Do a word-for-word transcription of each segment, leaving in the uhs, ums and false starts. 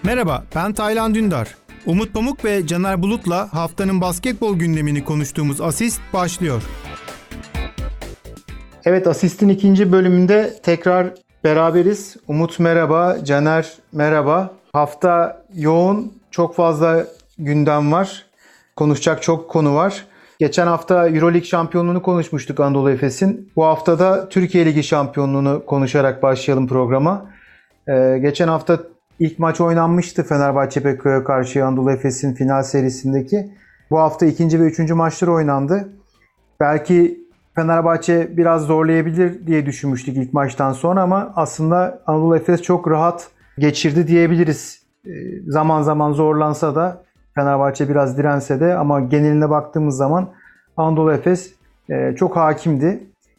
Merhaba, ben Taylan Dündar. Umut Pamuk ve Caner Bulut'la haftanın basketbol gündemini konuştuğumuz Asist başlıyor. Evet, Asist'in ikinci bölümünde tekrar beraberiz. Umut merhaba, Caner merhaba. Hafta yoğun, çok fazla gündem var. Konuşacak çok konu var. Geçen hafta Euroleague şampiyonluğunu konuşmuştuk Anadolu Efes'in. Bu hafta da Türkiye Ligi şampiyonluğunu konuşarak başlayalım programa. Ee, geçen hafta ilk maç oynanmıştı Fenerbahçe Beko'ya karşı Anadolu Efes'in final serisindeki. Bu hafta ikinci ve üçüncü maçları oynandı. Belki Fenerbahçe biraz zorlayabilir diye düşünmüştük ilk maçtan sonra ama aslında Anadolu Efes çok rahat geçirdi diyebiliriz. Ee, zaman zaman zorlansa da Fenerbahçe biraz dirense de ama geneline baktığımız zaman Anadolu Efes e, çok hakimdi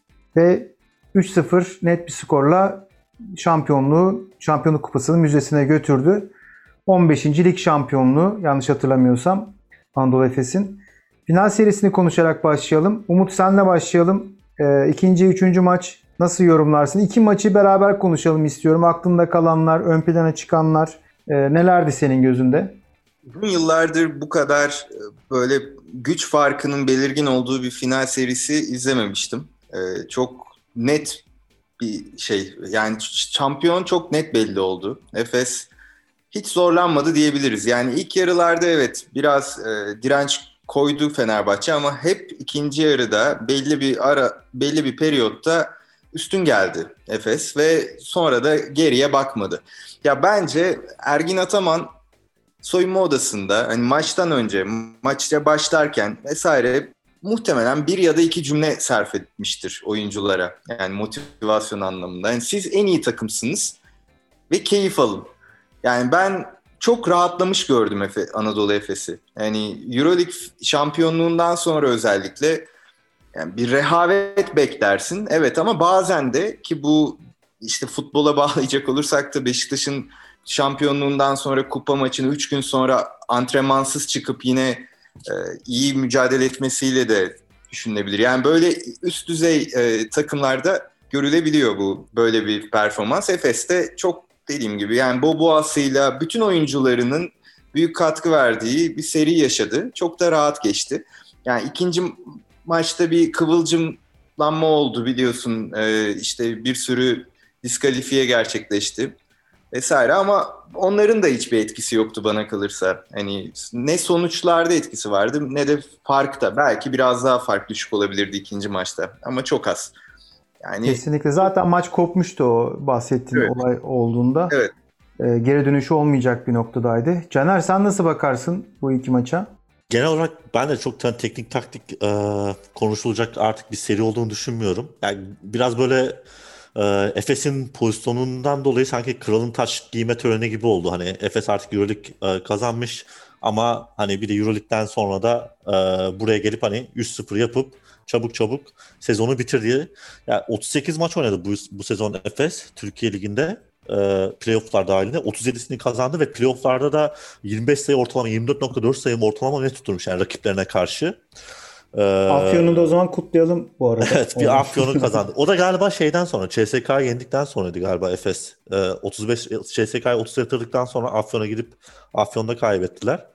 ve üç sıfır net bir skorla şampiyonluğu, şampiyonluk kupasını müzesine götürdü. on beşinci lig şampiyonluğu yanlış hatırlamıyorsam Anadolu Efes'in. Final serisini konuşarak başlayalım. Umut senle başlayalım. E, ikinci, üçüncü maç nasıl yorumlarsın? İki maçı beraber konuşalım istiyorum. Aklında kalanlar, ön plana çıkanlar e, nelerdi senin gözünde? Uzun yıllardır bu kadar böyle güç farkının belirgin olduğu bir final serisi izlememiştim. Ee, çok net bir şey, yani şampiyon çok net belli oldu. Efes hiç zorlanmadı diyebiliriz. Yani ilk yarılarda evet biraz e, direnç koydu Fenerbahçe ama hep ikinci yarıda belli bir ara belli bir periyotta üstün geldi Efes ve sonra da geriye bakmadı. Ya bence Ergin Ataman soyunma odasında hani maçtan önce, maçta başlarken vesaire muhtemelen bir ya da iki cümle sarf etmiştir oyunculara. Yani motivasyon anlamında. Yani siz en iyi takımsınız ve keyif alın. Yani ben çok rahatlamış gördüm Efe, Anadolu Efes'i. Yani Euroleague şampiyonluğundan sonra özellikle yani bir rehavet beklersin. Evet ama bazen de ki bu işte futbola bağlayacak olursak da Beşiktaş'ın şampiyonluğundan sonra kupa maçını üç gün sonra antrenmansız çıkıp yine e, iyi mücadele etmesiyle de düşünülebilir. Yani böyle üst düzey e, takımlarda görülebiliyor bu böyle bir performans. Efes'te çok dediğim gibi yani Boboa'sıyla bütün oyuncularının büyük katkı verdiği bir seri yaşadı. Çok da rahat geçti. Yani ikinci maçta bir kıvılcımlanma oldu biliyorsun. E, işte bir sürü diskalifiye gerçekleşti vesaire ama onların da hiçbir etkisi yoktu bana kalırsa. Hani ne sonuçlarda etkisi vardı ne de farkta. Belki biraz daha fark düşük olabilirdi ikinci maçta ama çok az. Yani kesinlikle. Zaten maç kopmuştu o bahsettiğin evet. olay olduğunda. Evet. Ee, geri dönüşü olmayacak bir noktadaydı. Caner sen nasıl bakarsın bu iki maça? Genel olarak ben de çok teknik taktik e, konuşulacak artık bir seri olduğunu düşünmüyorum. Yani biraz böyle e, Efes'in pozisyonundan dolayı sanki kralın taç giyme töreni gibi oldu. Hani Efes artık Euroleague e, kazanmış ama hani bir de Euroleague'den sonra da e, buraya gelip hani üç sıfır yapıp çabuk çabuk sezonu bitirdi. Yani otuz sekiz maç oynadı bu, bu sezon Efes Türkiye Ligi'nde. E, playoff'lar dahilinde otuz yedisini kazandı ve playoff'larda da yirmi beş sayı ortalama, yirmi dört nokta dört sayı ortalama net tutturmuş yani rakiplerine karşı. Ee, Afyon'u da o zaman kutlayalım bu arada. Evet, bir Afyon'u kazandı. O da galiba şeyden sonra, C S K'yı yendikten sonraydı galiba Efes. Ee, otuz beş C S K'yı otuz yatırdıktan sonra Afyon'a gidip Afyon'da kaybettiler.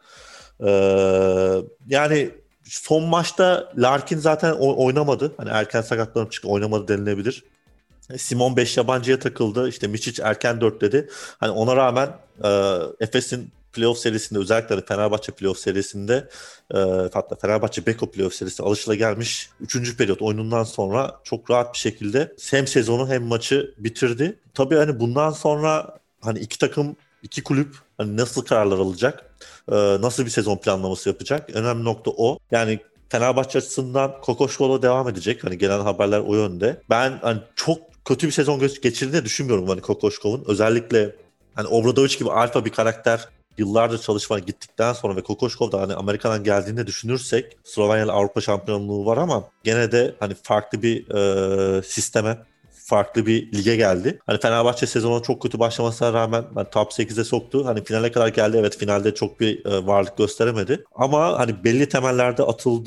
Ee, yani son maçta Larkin zaten oynamadı. Hani erken sakatlanıp çıktı, oynamadı denilebilir. Simon beş yabancıya takıldı. İşte Mičić erken dört dedi. Hani ona rağmen e, Efes'in playoff serisinde özellikle Fenerbahçe playoff serisinde e, hatta Fenerbahçe Beko playoff serisi alışılagelmiş üçüncü periyot oyunundan sonra çok rahat bir şekilde hem sezonu hem maçı bitirdi. Tabii hani bundan sonra hani iki takım, iki kulüp hani nasıl kararlar alacak? E, nasıl bir sezon planlaması yapacak? Önemli nokta o. Yani Fenerbahçe açısından Kokoşko'la devam edecek. Hani gelen haberler o yönde. Ben hani çok kötü bir sezon geçirdiğini düşünmüyorum hani Kokoşkov'un. Özellikle hani Obradović gibi alfa bir karakter yıllardır çalışmaya gittikten sonra ve Kokoşkov da hani Amerika'dan geldiğini düşünürsek Slovenya'da Avrupa şampiyonluğu var ama gene de hani farklı bir e, sisteme, farklı bir lige geldi. Hani Fenerbahçe sezona çok kötü başlamasına rağmen hani top sekize soktu. Hani finale kadar geldi. Evet finalde çok bir e, varlık gösteremedi. Ama hani belli temellerde atıldı.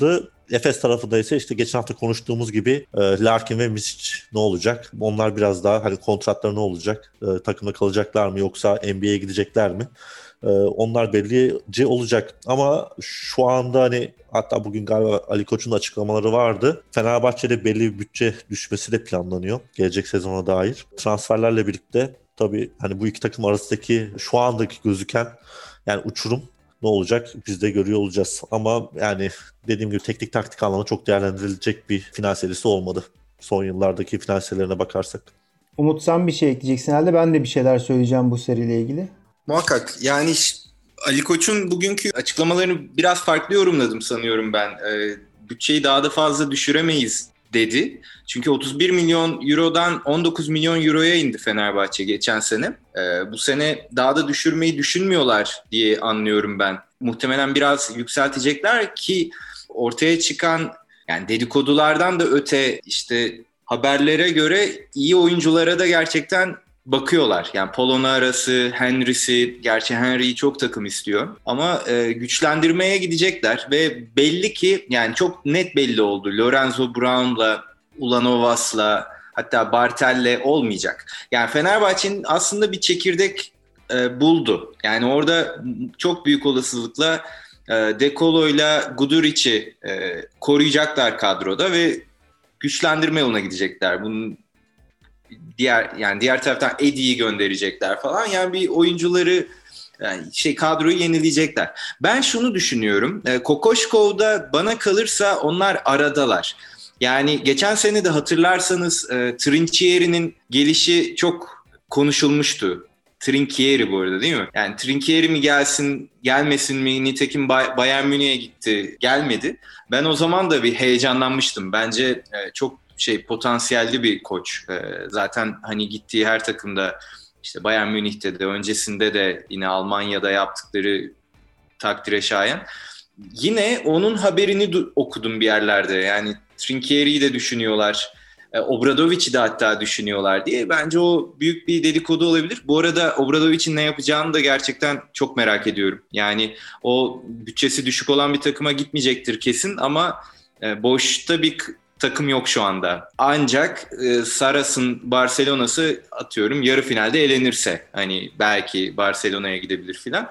Efes tarafında ise işte geçen hafta konuştuğumuz gibi e, Larkin ve Misic ne olacak? Onlar biraz daha hani kontratları ne olacak? E, takımda kalacaklar mı yoksa N B A'ye gidecekler mi? E, onlar belirleyici olacak. Ama şu anda hani hatta bugün galiba Ali Koç'un açıklamaları vardı. Fenerbahçe'de belli bir bütçe düşmesi de planlanıyor gelecek sezona dair. Transferlerle birlikte tabii hani bu iki takım arasındaki şu andaki gözüken yani uçurum ne olacak biz de görüyor olacağız. Ama yani dediğim gibi teknik taktik anlamda çok değerlendirilecek bir final serisi olmadı. Son yıllardaki final serilerine bakarsak. Umut sen bir şey ekleyeceksin herhalde. Ben de bir şeyler söyleyeceğim bu seriyle ilgili. Muhakkak. Yani Ali Koç'un bugünkü açıklamalarını biraz farklı yorumladım sanıyorum ben. Ee, bütçeyi daha da fazla düşüremeyiz dedi. Çünkü otuz bir milyon eurodan on dokuz milyon euroya indi Fenerbahçe geçen sene. Ee, bu sene daha da düşürmeyi düşünmüyorlar diye anlıyorum ben. Muhtemelen biraz yükseltecekler ki ortaya çıkan yani dedikodulardan da öte işte haberlere göre iyi oyunculara da gerçekten bakıyorlar. Yani Polonara'sı, Henry'si, gerçi Henry'yi çok takım istiyor. Ama e, güçlendirmeye gidecekler ve belli ki yani çok net belli oldu. Lorenzo Brown'la, Ulanovas'la hatta Bartel'le olmayacak. Yani Fenerbahçe'nin aslında bir çekirdek e, buldu. Yani orada çok büyük olasılıkla e, De Colo'yla Guduric'i e, koruyacaklar kadroda ve güçlendirme yoluna gidecekler. Bunun diğer yani diğer taraftan Eddie'yi gönderecekler falan. Yani bir oyuncuları yani şey kadroyu yenileyecekler. Ben şunu düşünüyorum. E, Kokoşkov'da bana kalırsa onlar aradalar. Yani geçen sene de hatırlarsanız e, Trinchieri'nin gelişi çok konuşulmuştu. Trinchieri bu arada değil mi? Yani Trinchieri mi gelsin, gelmesin mi? Nitekim Bayern Münih'e gitti, gelmedi. Ben o zaman da bir heyecanlanmıştım. Bence e, çok şey potansiyelli bir koç. E, zaten hani gittiği her takımda işte Bayern Münih'te de öncesinde de yine Almanya'da yaptıkları takdire şayan. Yine onun haberini du- okudum bir yerlerde. Yani Trinchieri'yi de düşünüyorlar. E, Obradovic'i de hatta düşünüyorlar diye. Bence o büyük bir dedikodu olabilir. Bu arada Obradovic'in ne yapacağını da gerçekten çok merak ediyorum. Yani o bütçesi düşük olan bir takıma gitmeyecektir kesin ama e, boşta bir k- takım yok şu anda. Ancak e, Saras'ın Barcelona'sı atıyorum yarı finalde elenirse hani belki Barcelona'ya gidebilir filan.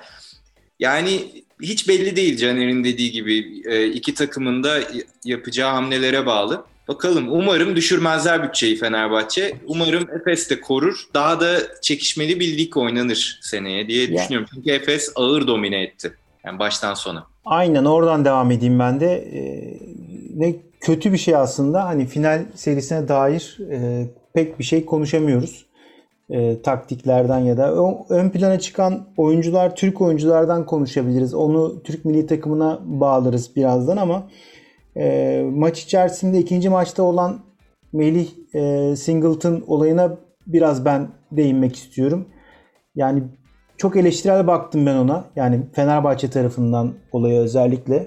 Yani hiç belli değil Caner'in dediği gibi e, iki takımın da yapacağı hamlelere bağlı. Bakalım umarım düşürmezler bütçeyi Fenerbahçe. Umarım Efes de korur. Daha da çekişmeli bir lig oynanır seneye diye Ya. düşünüyorum. Çünkü Efes ağır domine etti. Yani baştan sona. Aynen oradan devam edeyim ben de. Ee, ne kötü bir şey aslında. Hani final serisine dair e, pek bir şey konuşamıyoruz. E, taktiklerden ya da o, ön plana çıkan oyuncular, Türk oyunculardan konuşabiliriz. Onu Türk milli takımına bağlarız birazdan ama e, maç içerisinde ikinci maçta olan Melih e, Singleton olayına biraz ben değinmek istiyorum. Yani çok eleştirel baktım ben ona. Yani Fenerbahçe tarafından olaya özellikle.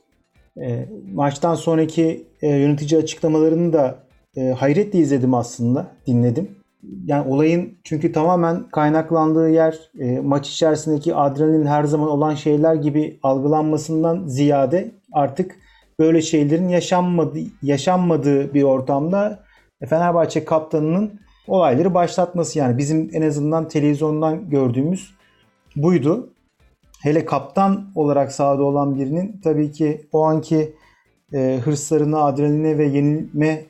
E, maçtan sonraki e, yönetici açıklamalarını da e, hayretle izledim aslında, dinledim. Yani olayın çünkü tamamen kaynaklandığı yer e, maç içerisindeki adrenalin her zaman olan şeyler gibi algılanmasından ziyade artık böyle şeylerin yaşanmadığı, yaşanmadığı bir ortamda Fenerbahçe kaptanının olayları başlatması, yani bizim en azından televizyondan gördüğümüz buydu. Hele kaptan olarak sahada olan birinin tabii ki o anki e, hırslarına, adrenaline ve yenilme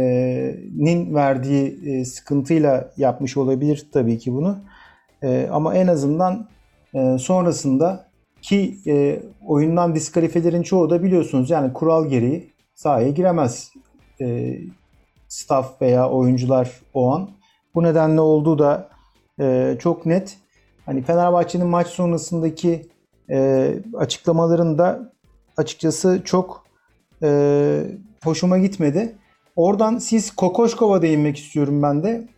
nin verdiği e, sıkıntıyla yapmış olabilir tabii ki bunu. E, ama en azından e, sonrasında ki e, oyundan diskalifelerin çoğu da biliyorsunuz yani kural gereği sahaya giremez e, staff veya oyuncular o an. Bu nedenle olduğu da e, çok net. Hani Fenerbahçe'nin maç sonrasındaki e, açıklamalarında açıkçası çok e, hoşuma gitmedi. Oradan siz Kokoşkov'a değinmek istiyorum ben de.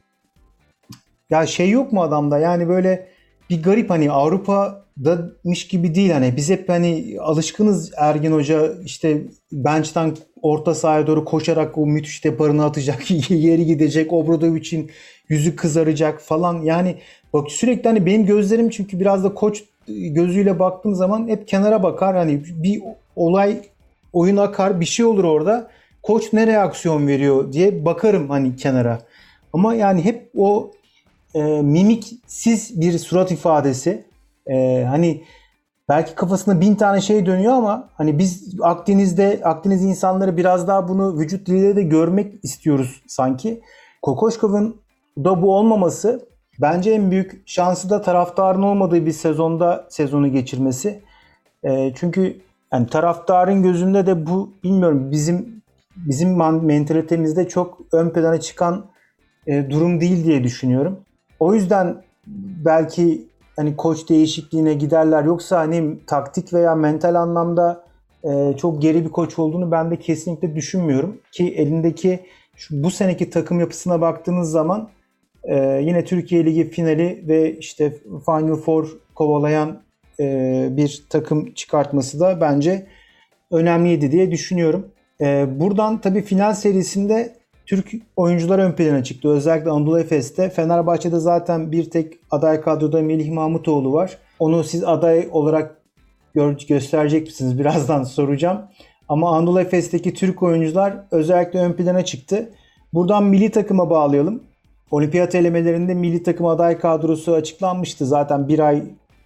Ya şey yok mu adamda? Yani böyle bir garip, hani Avrupa'damış gibi değil. Hani biz hep hani alışkınız Ergin Hoca işte bench'ten orta sahaya doğru koşarak o müthiş deparını atacak, yeri gidecek, Obradovic'in yüzü kızaracak falan. Yani bak sürekli hani benim gözlerim, çünkü biraz da koç gözüyle baktığım zaman hep kenara bakar. Hani bir olay oyun akar, bir şey olur orada. Koç ne reaksiyon veriyor diye bakarım hani kenara. Ama yani hep o e, mimiksiz bir surat ifadesi. E, hani belki kafasında bin tane şey dönüyor ama hani biz Akdeniz'de Akdeniz insanları biraz daha bunu vücut diliyle de görmek istiyoruz sanki. Kokoşkov'un da bu olmaması bence en büyük şansı da taraftarın olmadığı bir sezonda sezonu geçirmesi. E, çünkü yani taraftarın gözünde de bu bilmiyorum bizim bizim mentalitemizde çok ön plana çıkan e, durum değil diye düşünüyorum. O yüzden belki hani koç değişikliğine giderler. Yoksa hani taktik veya mental anlamda e, çok geri bir koç olduğunu ben de kesinlikle düşünmüyorum. Ki elindeki şu, bu seneki takım yapısına baktığınız zaman e, yine Türkiye Ligi finali ve işte Final Four kovalayan e, bir takım çıkartması da bence önemliydi diye düşünüyorum. E, buradan tabii final serisinde Türk oyuncular ön plana çıktı. Özellikle Anadolu Efes'te. Fenerbahçe'de zaten bir tek aday kadroda Melih Mahmutoğlu var. Onu siz aday olarak gö- gösterecek misiniz? Birazdan soracağım. Ama Anadolu Efes'teki Türk oyuncular özellikle ön plana çıktı. Buradan milli takıma bağlayalım. Olimpiyat elemelerinde milli takım aday kadrosu açıklanmıştı. Zaten bir ay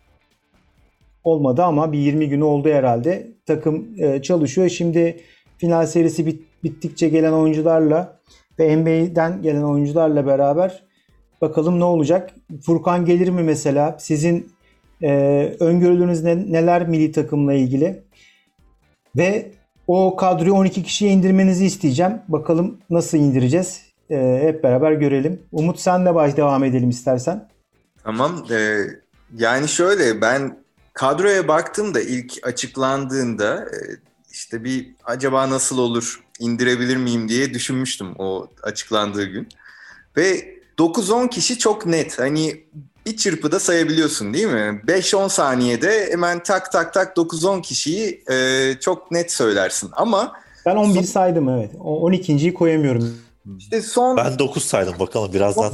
olmadı ama bir yirmi günü oldu herhalde. Takım e, çalışıyor. Şimdi final serisi bit- bittikçe gelen oyuncularla ve N B A'den gelen oyuncularla beraber bakalım ne olacak. Furkan gelir mi mesela? Sizin e, öngörüleriniz ne, neler milli takımla ilgili? Ve o kadroyu on iki kişiye indirmenizi isteyeceğim. Bakalım nasıl indireceğiz? E, hep beraber görelim. Umut sen de baş devam edelim istersen. Tamam. Ee, yani şöyle ben kadroya baktığımda ilk açıklandığında e, işte bir acaba nasıl olur indirebilir miyim diye düşünmüştüm o açıklandığı gün. Ve dokuz on kişi çok net. Hani bir çırpıda sayabiliyorsun değil mi? beş on saniyede hemen tak tak tak dokuz on kişiyi e, çok net söylersin. Ama Ben on bir son, saydım evet. O on ikinciyi koyamıyorum. işte son Ben dokuz saydım bakalım birazdan.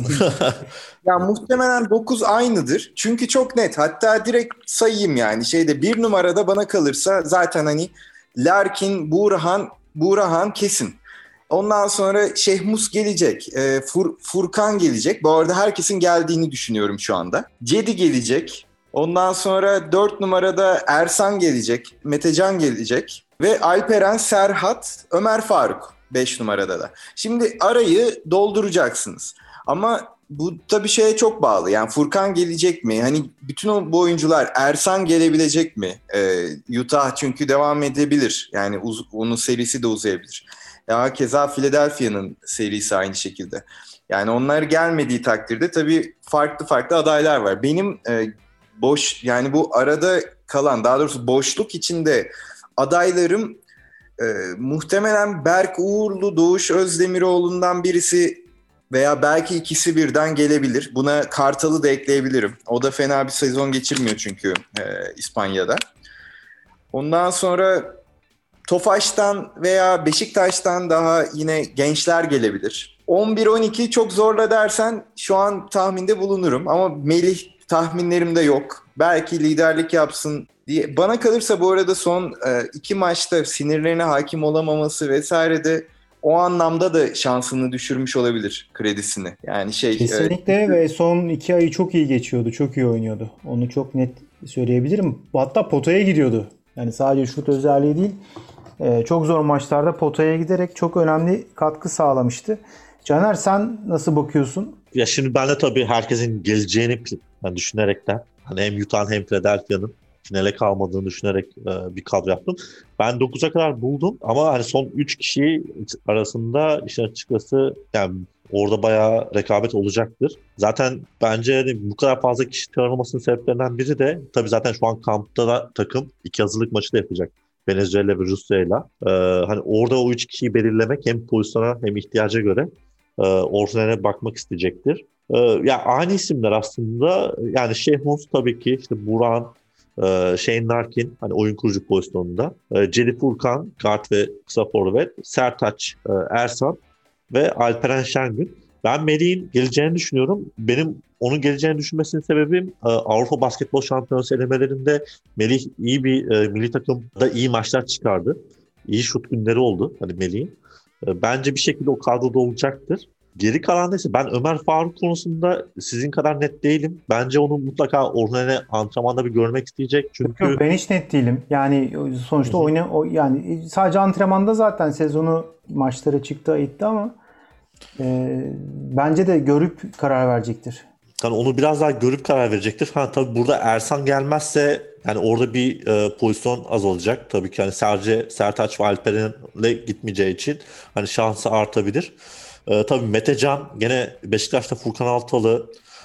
ya muhtemelen dokuz aynıdır. Çünkü çok net. Hatta direkt sayayım yani. Şeyde bir numarada bana kalırsa zaten hani Larkin, Buğrahan, Buğrahan kesin. Ondan sonra Şehmus gelecek. E, Fur, Furkan gelecek. Bu arada herkesin geldiğini düşünüyorum şu anda. Cedi gelecek. Ondan sonra dört numarada Ersan gelecek. Metecan gelecek. Ve Alperen, Serhat, Ömer Faruk beş numarada da. Şimdi arayı dolduracaksınız. Ama bu tabii şeye çok bağlı. Yani Furkan gelecek mi? Hani bütün o, bu oyuncular Ersan gelebilecek mi? Ee, Utah çünkü devam edebilir. Yani uz, onun serisi de uzayabilir. Ya keza Philadelphia'nın serisi aynı şekilde. Yani onlar gelmediği takdirde tabii farklı farklı adaylar var. Benim e, boş yani bu arada kalan daha doğrusu boşluk içinde adaylarım e, muhtemelen Berk Uğurlu, Doğuş Özdemiroğlu'ndan birisi veya belki ikisi birden gelebilir. Buna Kartal'ı da ekleyebilirim. O da fena bir sezon geçirmiyor çünkü e, İspanya'da. Ondan sonra Tofaş'tan veya Beşiktaş'tan daha yine gençler gelebilir. on bir on iki çok zorla dersen şu an tahminde bulunurum. Ama Melih tahminlerimde yok. Belki liderlik yapsın diye. Bana kalırsa bu arada son e, iki maçta sinirlerine hakim olamaması vesaire de o anlamda da şansını düşürmüş olabilir, kredisini. Yani şey. Kesinlikle e, ve son iki ayı çok iyi geçiyordu. Çok iyi oynuyordu. Onu çok net söyleyebilirim. Hatta potaya gidiyordu. Yani sadece şut özelliği değil. e, çok zor maçlarda potaya giderek çok önemli katkı sağlamıştı. Caner sen nasıl bakıyorsun? Ya şimdi ben de tabii herkesin geleceğini yani düşünerekten hani hem Utah'ın hem Philadelphia'nın finale kalmadığını düşünerek e, bir kadro yaptım. Ben dokuza kadar buldum ama hani son üç kişi arasında işte açıkçası yani orada bayağı rekabet olacaktır. Zaten bence hani bu kadar fazla kişi çağrılmasının sebeplerinden biri de tabii zaten şu an kampta da takım iki hazırlık maçı da yapacak. Venezuela ve Rusya'yla. Ee, hani orada o üç kişiyi belirlemek hem pozisyona hem ihtiyaca göre e, ortalarına bakmak isteyecektir. Ee, ya aynı isimler aslında yani Şehmus tabii ki işte Buran, e, Shane Larkin hani oyun kurucu pozisyonunda. E, Cedi Furkan, guard ve kısa forvet. Sertaç, e, Ersan ve Alperen Şengün. Ben Melih'in geleceğini düşünüyorum. Benim onun geleceğini düşünmesinin sebebim e, Avrupa Basketbol Şampiyonası elemelerinde Melih iyi bir e, milli takımda iyi maçlar çıkardı. iyi şut günleri oldu hani Melih'in. E, bence bir şekilde o kadroda olacaktır. Geri kalan neyse ben Ömer Faruk konusunda sizin kadar net değilim. Bence onu mutlaka Orhun'e antrenmanda bir görmek isteyecek. Çünkü Yok, ben hiç net değilim. Yani sonuçta oyna o yani sadece antrenmanda zaten sezonu maçlara çıktı etti ama e, bence de görüp karar verecektir. yani onu biraz daha görüp karar verecektir. Ha tabii burada Ersan gelmezse yani orada bir e, pozisyon az olacak. Tabii ki hani sadece Sertaç ve Alperen'le gitmeyeceği için hani şansı artabilir. E, tabii Metecan gene Beşiktaş'ta Furkan Altalı,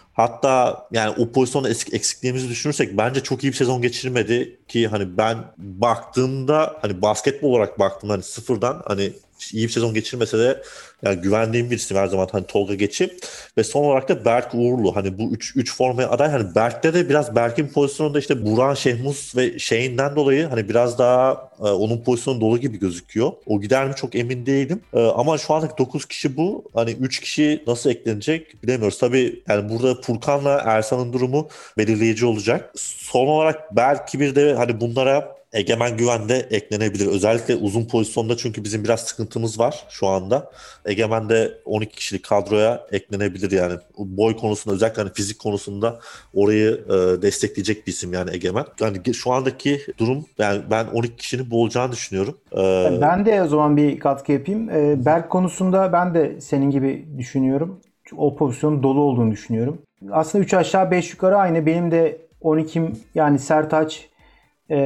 hatta yani o pozisyonda eksikliğimizi düşünürsek bence çok iyi bir sezon geçirmedi ki hani ben baktığımda hani basketbol olarak baktığımda hani sıfırdan hani iyi bir sezon geçirmese de yani güvendiğim bir isim her zaman hani Tolga Geçim ve son olarak da Berk Uğurlu hani bu üç üç formaya aday hani Berk'te de biraz Berk'in pozisyonunda işte Buran Şehmus ve Şeyinden dolayı hani biraz daha e, onun pozisyonu dolu gibi gözüküyor. O gider mi çok emin değilim. E, ama şu andaki dokuz kişi bu. Hani üç kişi nasıl eklenecek bilemiyoruz. Tabii yani burada Furkan'la Ersan'ın durumu belirleyici olacak. Son olarak belki bir de hani bunlara Egemen Güven de eklenebilir. Özellikle uzun pozisyonda çünkü bizim biraz sıkıntımız var şu anda. Egemen de on iki kişilik kadroya eklenebilir yani. Boy konusunda özellikle hani fizik konusunda orayı e, destekleyecek bir isim yani Egemen. Yani şu andaki durum yani ben on iki kişinin bu olacağını düşünüyorum. Ee, Ben de o zaman bir katkı yapayım. Ee, Berk konusunda ben de senin gibi düşünüyorum. O pozisyonun dolu olduğunu düşünüyorum. Aslında üç aşağı beş yukarı aynı. Benim de on ikim yani Sertaç e,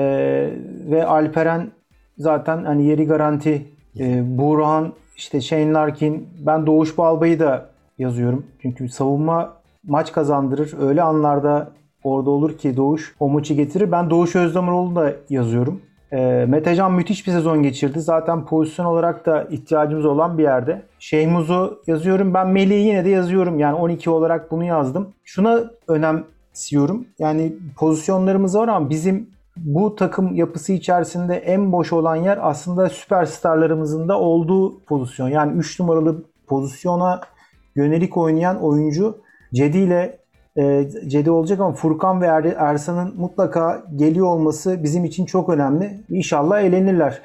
ve Alperen zaten hani yeri garanti. E, Burhan, işte Shane Larkin, ben Doğuş Balbay'ı da yazıyorum. Çünkü savunma maç kazandırır. Öyle anlarda orada olur ki Doğuş o maçı getirir. Ben Doğuş Özdemiroglu'nu da yazıyorum. E, Metecan müthiş bir sezon geçirdi. Zaten pozisyon olarak da ihtiyacımız olan bir yerde. Şeyhmuz'u yazıyorum. Ben Melih'i yine de yazıyorum. Yani on iki olarak bunu yazdım. Şuna önemsiyorum. Yani pozisyonlarımız var ama bizim bu takım yapısı içerisinde en boş olan yer aslında süperstarlarımızın da olduğu pozisyon. Yani üç numaralı pozisyona yönelik oynayan oyuncu Cedi ile e, Cedi olacak ama Furkan ve er, Ersan'ın mutlaka geliyor olması bizim için çok önemli. İnşallah eğlenirler.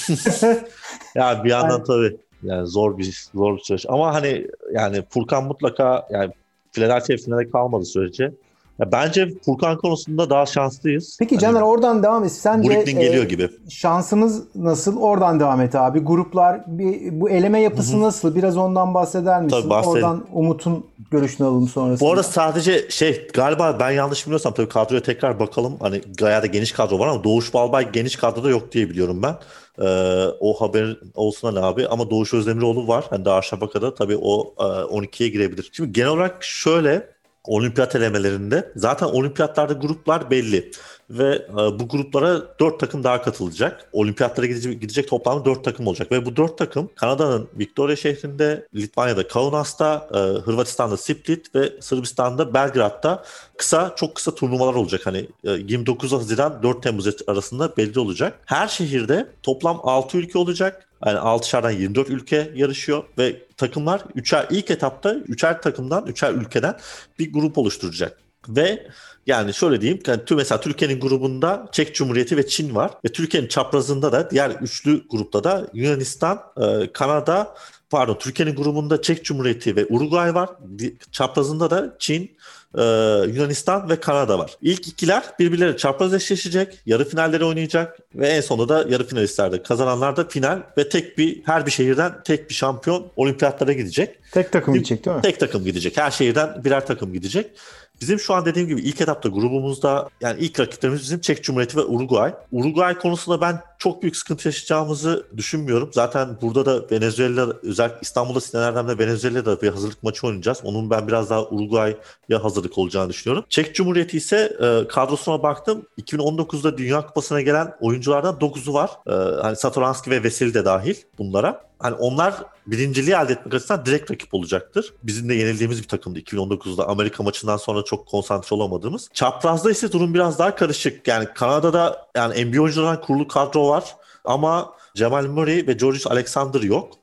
ya bir yandan Yani, tabii yani zor bir zor bir süreç ama hani yani Furkan mutlaka yani Philadelphia finale kalmadı sürece. Ya bence Furkan konusunda daha şanslıyız. peki Hani Caner oradan devam et. Sence Brooklyn geliyor e, gibi. şansımız nasıl? Oradan devam et abi. Gruplar, bir, bu eleme yapısı Hı hı. nasıl? Biraz ondan bahseder misin? Tabii bahsedeyim. Oradan Umut'un görüşünü alalım sonrasında. Bu arada sadece şey galiba ben yanlış bilmiyorsam tabii kadroya tekrar bakalım. Hani gayet de geniş kadro var ama Doğuş Balbay geniş kadroda yok diye biliyorum ben. Ee, o haber olsun hani abi ama Doğuş Özdemiroğlu var. Hani Darüşşafaka'da tabii o e, on ikiye girebilir. Şimdi genel olarak şöyle olimpiyat elemelerinde zaten olimpiyatlarda gruplar belli ve e, bu gruplara dört takım daha katılacak. Olimpiyatlara gidecek, gidecek toplamda dört takım olacak ve bu dört takım Kanada'nın Victoria şehrinde, Litvanya'da Kaunas'ta, e, Hırvatistan'da Split ve Sırbistan'da Belgrad'da kısa çok kısa turnuvalar olacak. Hani e, yirmi dokuz Haziran dört Temmuz arasında belli olacak. Her şehirde toplam altı ülke olacak. Yani altışardan yirmi dört ülke yarışıyor ve takımlar üçer ilk etapta üçer takımdan, üçer ülkeden bir grup oluşturacak. Ve yani şöyle diyeyim, yani mesela Türkiye'nin grubunda Çek Cumhuriyeti ve Çin var ve Türkiye'nin çaprazında da diğer üçlü grupta da Yunanistan, Kanada, pardon Türkiye'nin grubunda Çek Cumhuriyeti ve Uruguay var. Çaprazında da Çin, Yunanistan ve Kanada var. İlk ikiler birbirleri çapraz eşleşecek, yarı finalleri oynayacak ve en sonunda da yarı finalistlerde kazananlar da final ve tek bir her bir şehirden tek bir şampiyon olimpiyatlara gidecek. Tek takım gidecek değil mi? Tek takım gidecek. Her şehirden birer takım gidecek. Bizim şu an dediğim gibi ilk etapta grubumuzda yani ilk rakiplerimiz bizim Çek Cumhuriyeti ve Uruguay. Uruguay konusunda ben çok büyük sıkıntı yaşayacağımızı düşünmüyorum. Zaten burada da Venezuela, özellikle İstanbul'da Sinan Venezuela'da bir hazırlık maçı oynayacağız. Onun ben biraz daha Uruguay'a hazırlık olacağını düşünüyorum. Çek Cumhuriyeti ise e, kadrosuna baktım. iki bin on dokuzda Dünya Kupası'na gelen oyunculardan dokuzu var. E, hani Satoranski ve Veseli de dahil bunlara. Hani onlar birinciliği elde etmek açısından direkt rakip olacaktır. Bizim de yenildiğimiz bir takımdı iki bin on dokuzda. Amerika maçından sonra çok konsantre olamadığımız. Çaprazda ise durum biraz daha karışık. Yani Kanada'da yani N B A oyuncularından kurulu kadro var ama Jamal Murray ve George Alexander yok.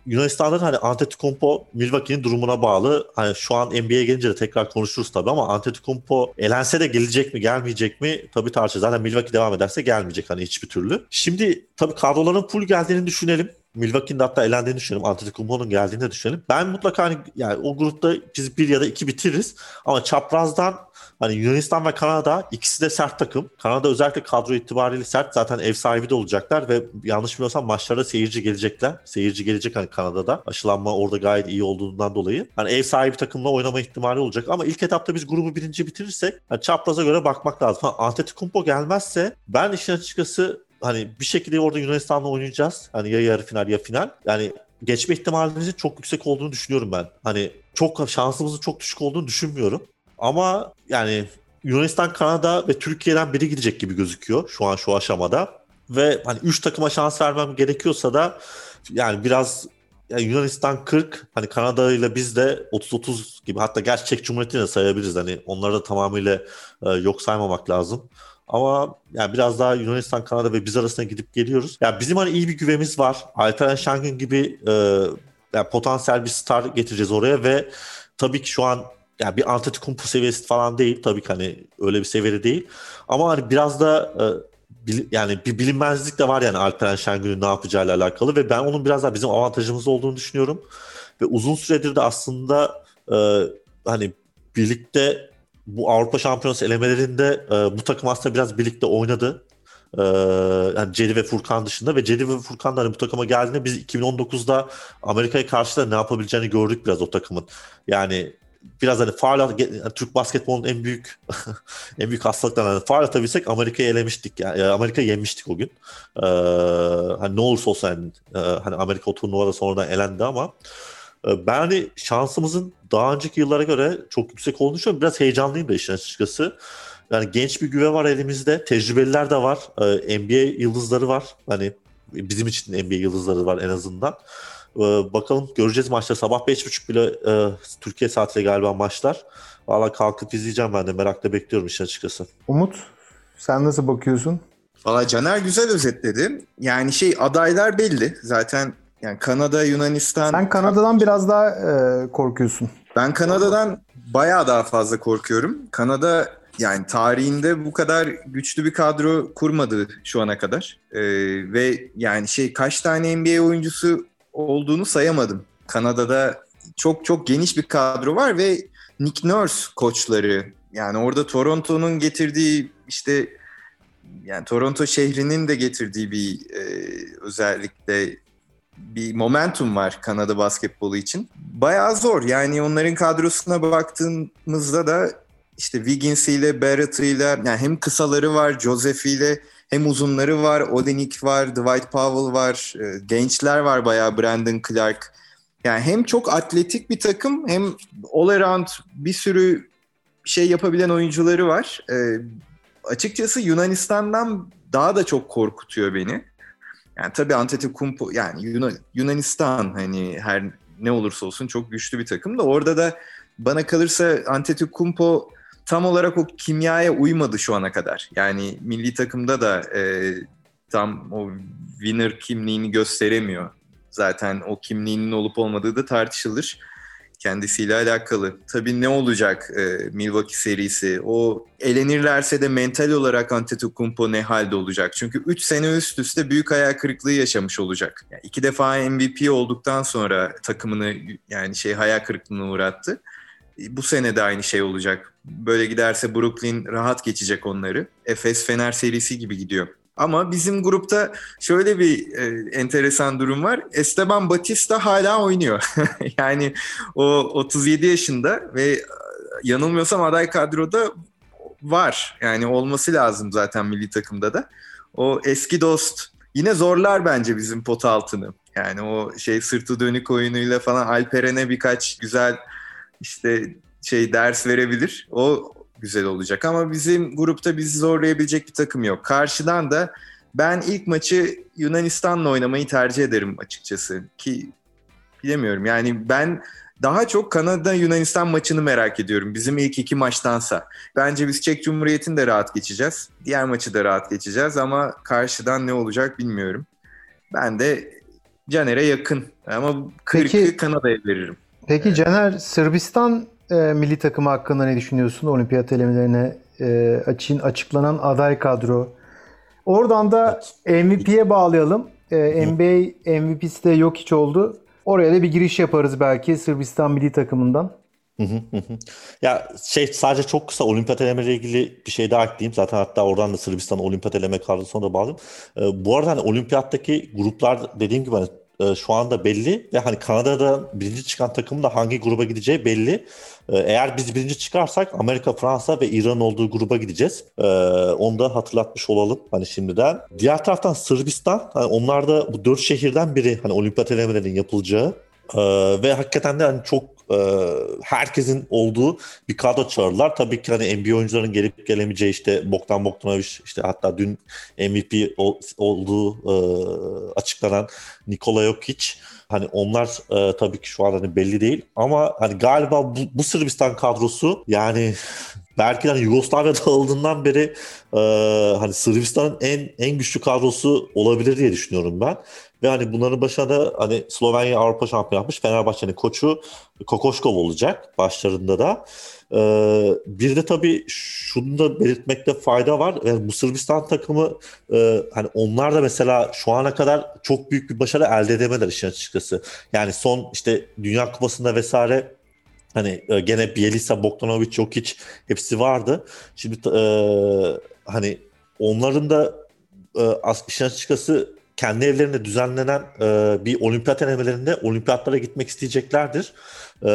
Yunanistan'ın hani Antetokounmpo Milwaukee'nin durumuna bağlı. Hani şu an N B A'ye gelince de tekrar konuşuruz tabii ama Antetokounmpo elense de gelecek mi gelmeyecek mi tabii tartışılır. Zaten Milwaukee devam ederse gelmeyecek hani hiçbir türlü. Şimdi tabii kadroların full geldiğini düşünelim. Milwaukee'nin de hatta elendiğini düşünelim. Antetokounmpo'nun geldiğini de düşünelim. Ben mutlaka hani yani o grupta biz bir ya da iki bitiririz. Ama çaprazdan hani Yunanistan ve Kanada ikisi de sert takım. Kanada özellikle kadro itibariyle sert. Zaten ev sahibi de olacaklar ve yanlış bilmiyorsam maçlara seyirci gelecekler. Seyirci gelecek hani Kanada'da. Aşılanma orada gayet iyi olduğundan dolayı. Hani ev sahibi takımla oynama ihtimali olacak. Ama ilk etapta biz grubu birinci bitirirsek hani çapraza göre bakmak lazım. Ha, Antetokounmpo gelmezse ben işin açıkçası hani bir şekilde orada Yunanistan'la oynayacağız. Hani ya yarı final ya final. Yani geçme ihtimalimizin çok yüksek olduğunu düşünüyorum ben. Hani çok şansımızın çok düşük olduğunu düşünmüyorum. Ama yani Yunanistan, Kanada ve Türkiye'den biri gidecek gibi gözüküyor şu an şu aşamada. Ve hani üç takıma şans vermem gerekiyorsa da yani biraz yani Yunanistan kırk, hani Kanada ile biz de otuz otuz gibi, hatta gerçi Çek Cumhuriyeti'ni de sayabiliriz. Hani onları da tamamıyla e, yok saymamak lazım. Ama yani biraz daha Yunanistan, Kanada ve biz arasında gidip geliyoruz. Yani bizim hani iyi bir güvemiz var. Alperen Şengün gibi e, yani potansiyel bir star getireceğiz oraya ve tabii ki şu an yani bir Antetokounmpo seviyesi falan değil. Tabii ki hani öyle bir seviyede değil. Ama hani biraz da e, bil, yani bir bilinmezlik de var yani Alperen Şengün'ün ne yapacağıyla alakalı ve ben onun biraz daha bizim avantajımız olduğunu düşünüyorum. Ve uzun süredir de aslında e, hani birlikte bu Avrupa Şampiyonası elemelerinde e, bu takım aslında biraz birlikte oynadı. E, yani Cedi ve Furkan dışında ve Cedi ve Furkan da hani bu takıma geldiğinde biz iki bin on dokuzda Amerika'ya karşı da ne yapabileceğini gördük biraz o takımın. Yani biraz hani faul yani Türk basketbolunun en büyük en büyük hastalıklarından hani faul atabilsek Amerika'yı elemiştik. Yani Amerika'yı yenmiştik o gün. E, hani ne olursa olsun yani, e, hani Amerika o turnuvada sonradan elendi ama ben hani şansımızın daha önceki yıllara göre çok yüksek olduğunu düşünüyorum. Biraz heyecanlıyım da işin açıkçası. Yani genç bir güve var elimizde. Tecrübeliler de var. Ee, N B A yıldızları var. Hani bizim için N B A yıldızları var en azından. Ee, bakalım göreceğiz maçları. Sabah beş buçuk bile e, Türkiye saatiyle galiba maçlar. Valla kalkıp izleyeceğim ben de. Merakla bekliyorum işin açıkçası. Umut, sen nasıl bakıyorsun? Valla Caner güzel özetledi. Yani şey adaylar belli. Zaten yani Kanada, Yunanistan... Sen Kanada'dan biraz daha e, korkuyorsun. Ben Kanada'dan bayağı daha fazla korkuyorum. Kanada yani tarihinde bu kadar güçlü bir kadro kurmadı şu ana kadar. Ee, ve yani şey kaç tane N B A oyuncusu olduğunu sayamadım. Kanada'da çok çok geniş bir kadro var ve Nick Nurse koçları. Yani orada Toronto'nun getirdiği işte yani Toronto şehrinin de getirdiği bir e, özellikle bir momentum var Kanada basketbolu için. Bayağı zor. Yani onların kadrosuna baktığımızda da işte Wiggins'iyle, Barrett'ıyla yani hem kısaları var, Joseph'iyle hem uzunları var. Olynyk var, Dwight Powell var, gençler var bayağı, Brandon Clark. Yani hem çok atletik bir takım hem all around bir sürü şey yapabilen oyuncuları var. E, açıkçası Yunanistan'dan daha da çok korkutuyor beni. Yani tabii Antetokounmpo yani Yunan, Yunanistan hani her ne olursa olsun çok güçlü bir takım da orada da bana kalırsa Antetokounmpo tam olarak o kimyaya uymadı şu ana kadar. Yani milli takımda da e, tam o winner kimliğini gösteremiyor. Zaten o kimliğinin olup olmadığı da tartışılır. Kendisiyle alakalı. Tabii ne olacak e, Milwaukee serisi? O elenirlerse de mental olarak Antetokounmpo ne halde olacak? Çünkü üç sene üst üste büyük hayal kırıklığı yaşamış olacak. Yani iki defa M V P olduktan sonra takımını yani şey hayal kırıklığına uğrattı. Bu sene de aynı şey olacak. Böyle giderse Brooklyn rahat geçecek onları. Efes Fener serisi gibi gidiyor. Ama bizim grupta şöyle bir e, enteresan durum var. Esteban Batista hala oynuyor. Yani o otuz yedi yaşında ve yanılmıyorsam aday kadroda var. Yani olması lazım zaten milli takımda da. O eski dost yine zorlar bence bizim pot altını. Yani o şey sırtı dönük oyunuyla falan Alperen'e birkaç güzel işte şey ders verebilir. O güzel olacak ama bizim grupta bizi zorlayabilecek bir takım yok. Karşıdan da ben ilk maçı Yunanistan'la oynamayı tercih ederim açıkçası ki bilemiyorum. Yani ben daha çok Kanada-Yunanistan maçını merak ediyorum bizim ilk iki maçtansa. Bence biz Çek Cumhuriyeti'ni de rahat geçeceğiz. Diğer maçı da rahat geçeceğiz ama karşıdan ne olacak bilmiyorum. Ben de Caner'e yakın. Ama kırkı Peki- Kanada'ya veririm. Peki Caner, Sırbistan e, milli takımı hakkında ne düşünüyorsun? Olimpiyat elemelerine e, açın açıklanan aday kadro. Oradan da Evet. M V P'ye bağlayalım. E, N B A M V P'si de Jokic oldu. Oraya da bir giriş yaparız belki Sırbistan milli takımından. Hı hı hı hı. Ya şey sadece çok kısa olimpiyat elemeleriyle ilgili bir şey daha ekleyeyim. Zaten hatta oradan da Sırbistan olimpiyat eleme kadrosuna da bağlayayım. Ee, bu arada hani olimpiyattaki gruplar dediğim gibi hani e, şu anda belli ve hani Kanada'da birinci çıkan takımın da hangi gruba gideceği belli. Ee, eğer biz birinci çıkarsak Amerika, Fransa ve İran'ın olduğu gruba gideceğiz. Ee, onu da hatırlatmış olalım hani şimdiden. Diğer taraftan Sırbistan, hani onlar da bu dört şehirden biri hani olimpiyat elemelerinin yapılacağı. Ee, ve hakikaten de hani çok e, herkesin olduğu bir kadro çağırdılar. Tabii ki hani N B A oyuncuların gelip gelemeyeceği işte Bogdan Bogdanovic, işte hatta dün M V P ol- olduğu e, açıklanan Nikola Jokic. Hani onlar e, tabii ki şu an hani belli değil ama hani galiba bu, bu Sırbistan kadrosu yani belki de hani Yugoslavya dağıldığından beri e, hani Sırbistan'ın en en güçlü kadrosu olabilir diye düşünüyorum ben. Ve hani bunların başına da hani Slovenya Avrupa şampiyonu yapmış Fenerbahçe'nin koçu Kokoşkov olacak başlarında da. Ee, bir de tabii şunu da belirtmekte fayda var. Yani bu Sırbistan takımı e, hani onlar da mesela şu ana kadar çok büyük bir başarı elde edemediler işin açıkçası. Yani son işte Dünya Kupası'nda vesaire hani e, gene Bielisa, Bogdanovic, Jokic hepsi vardı. Şimdi e, hani onların da e, as- işin açıkçası kendi evlerinde düzenlenen e, bir olimpiyat elemelerinde olimpiyatlara gitmek isteyeceklerdir. E,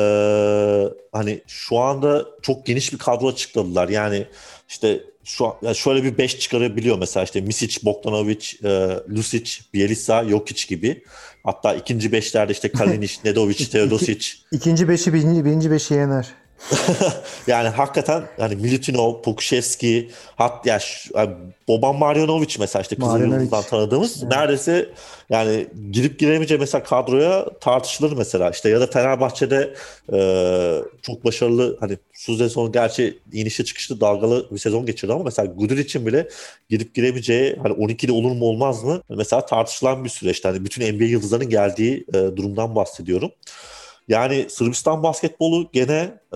hani şu anda çok geniş bir kadro açıkladılar. Yani işte şu an, yani şöyle bir beş çıkarabiliyor mesela işte Misic, Bogdanovic, e, Lucic, Bielisa, Jokic gibi. Hatta ikinci beşlerde işte Kalinic, Nedovic, Teodosic. İkinci beşi birinci, birinci beşi yener. Yani hakikaten hani Milutinov, Pokusevski, hat ya şu- yani Boban Marjanovic mesela işte Marjanovic. Kızılyıldız'dan tanıdığımız Evet. neredeyse yani girip giremeyeceği mesela kadroya tartışılır mesela işte ya da Fenerbahçe'de e, çok başarılı hani şu sezon gerçi inişli çıkışlı dalgalı bir sezon geçirdi ama mesela Guduric'in bile girip giremeyeceği hani on ikide olur mu olmaz mı mesela tartışılan bir süreçti. Hani bütün N B A yıldızlarının geldiği e, durumdan bahsediyorum. Yani Sırbistan basketbolu gene e,